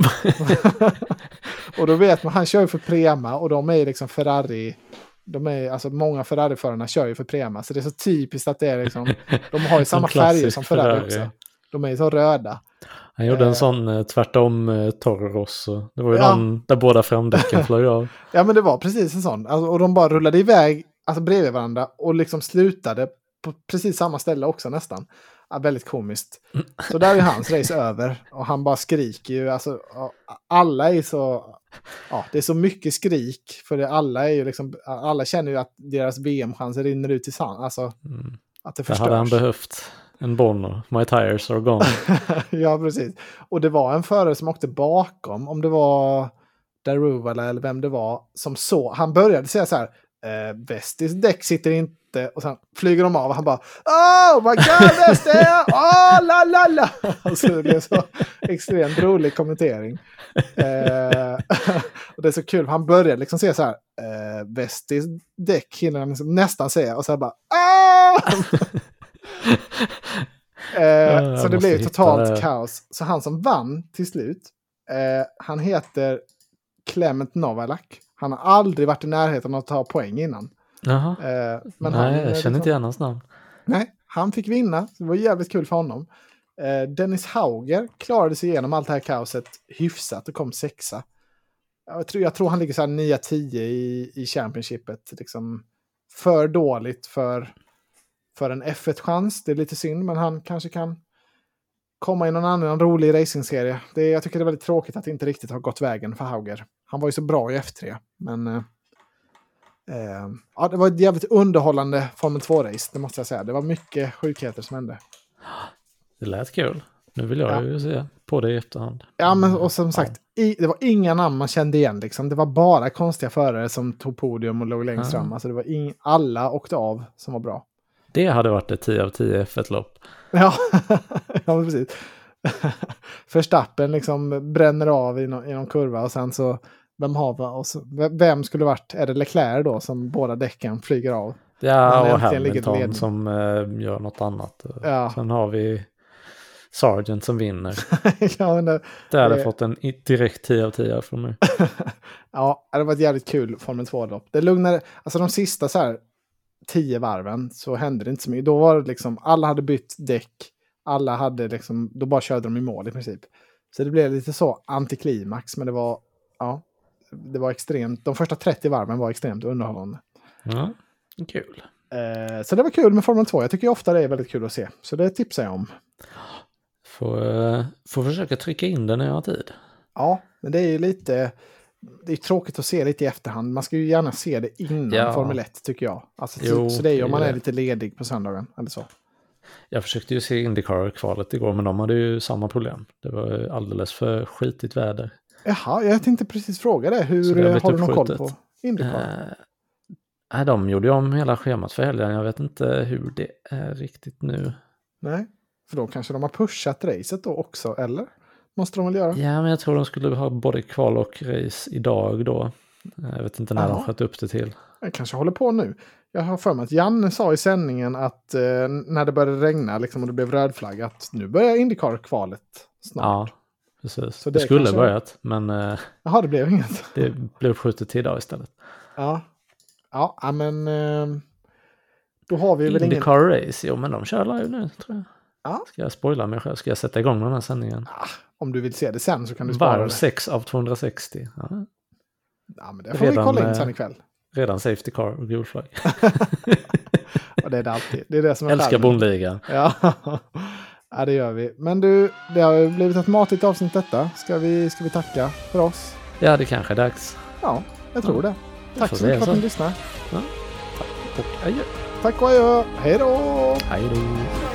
Och då vet man, han kör ju för Prema och de är liksom Ferrari, de är, alltså många Ferrari-förarna kör ju för Prema, så det är så typiskt att det är liksom, de har ju samma färger som Ferrari, Ferrari också. De är ju så röda. Han gjorde en eh, sån eh, tvärtom eh, Toro Rosso. Det var ju ja. någon där båda framdäcken flög av. Ja, men det var precis en sån. Alltså, och de bara rullade iväg alltså bredvid varandra och liksom slutade på precis samma ställe också nästan. Ja, väldigt komiskt. Så där är hans race över och han bara skriker ju. Alltså, alla är så... Ja, det är så mycket skrik för det, alla är ju liksom, alla känner ju att deras V M-chanser rinner ut i sand. Alltså, mm. att det förstörs. Det hade han behövt. En Bono. My tires are gone. Ja, precis. Och det var en förare som åkte bakom, om det var Daruvala eller vem det var, som så. Han började säga så här, eh, Vestis däck sitter inte, och sen flyger de av och han bara, oh my god, Vesti! Oh, la la la! Alltså det blev så extremt rolig kommentering. Eh, och det är så kul, han började liksom säga så här, eh, Vestis däck hinner han liksom nästan säga, och så här bara, ah! eh, så det blev totalt det. kaos. Så han som vann till slut, eh, han heter Clement Novalak. Han har aldrig varit i närheten av att ta poäng innan. Jaha. Eh, men Nej, han, jag känner liksom, inte igen hans namn. Nej, han fick vinna. Det var jävligt kul för honom. eh, Dennis Hauger klarade sig igenom allt det här kaoset hyfsat och kom sexa. Jag tror, jag tror han ligger så här nio tio i, i Championshipet liksom. För dåligt för För en F ett-chans. Det är lite synd, men han kanske kan komma i någon annan rolig racingserie. Det är, jag tycker det är väldigt tråkigt att det inte riktigt har gått vägen för Hauger. Han var ju så bra i F tre. Men eh, eh, ja, det var ett jävligt underhållande Formel två-race, det måste jag säga. Det var mycket sjukheter som hände. Det lät kul. Nu vill jag ja. ju se på det i efterhand. Ja, men och som sagt, ja. i, det var inga namn man kände igen. Liksom. Det var bara konstiga förare som tog podium och låg längst fram. Alltså, det var ing, alla åkte av som var bra. Det hade varit ett tio av tio F ett-lopp. Ja, ja precis. Verstappen liksom bränner av i någon, i någon kurva och sen så vem har och så, vem skulle varit, är det Leclerc då som båda däcken flyger av? Ja, och Hamilton som äh, gör något annat. Ja. Sen har vi Sargent som vinner. Ja, men det, det hade det... fått en direkt tio av tio från mig. Ja, det var ett jävligt kul Formel två-lopp. Det lugnade, alltså de sista så här tio varven så hände det inte så mycket. Då var det liksom, alla hade bytt däck. Alla hade liksom, då bara körde de i mål i princip. Så det blev lite så antiklimax, men det var, ja, det var extremt, de första trettio varven var extremt underhållande. Ja, kul. Eh, så det var kul med Formel två. Jag tycker ofta det är väldigt kul att se. Så det tipsar jag om. Får, uh, får försöka trycka in det när jag har tid. Ja, men det är ju lite... Det är tråkigt att se lite i efterhand. Man ska ju gärna se det innan ja. Formel ett, tycker jag. Alltså, jo, så det är ju om man är lite ledig på söndagen eller så. Jag försökte ju se IndyCar-kvalet igår, men de hade ju samma problem. Det var alldeles för skitigt väder. Jaha, jag tänkte precis fråga det. Hur har du någon koll på IndyCar? Nej, uh, de gjorde ju om hela schemat för helgen. Jag vet inte hur det är riktigt nu. Nej, för då kanske de har pushat racet då också, eller? Måste de väl göra? Ja, men jag tror de skulle ha både kval och race idag då. Jag vet inte när Aha. de sköt upp det till. Jag kanske håller på nu. Jag har för mig att Janne sa i sändningen att eh, när det började regna liksom, och det blev röd flagg att nu börjar IndyCar-kvalet snart. Ja, precis. Så det, det skulle kanske... börjat, men eh, Jaha, det blev inget. Det blev skjutet till idag istället. Ja, ja men eh, då har vi väl IndyCar ingen... race, jo men de kör live nu tror jag. Ja. Ska jag spoila mig själv? Ska jag sätta igång den här sändningen? Ja, om du vill se det sen så kan du spara det. sex av tvåhundrasextio. Ja, ja men det får redan, vi kolla in sen ikväll. Redan safety car och gul flagg. Och det är det alltid. Det är det som är älskar bondligan. Ja. Ja, det gör vi. Men du, det har ju blivit ett matigt avsnitt detta. Ska vi, ska vi tacka för oss? Ja, det kanske är dags. Ja, jag tror Ja, det. Tack får så mycket se för att så. ni lyssnar. Och adjö. Tack och adjö. Hej då! Hej då.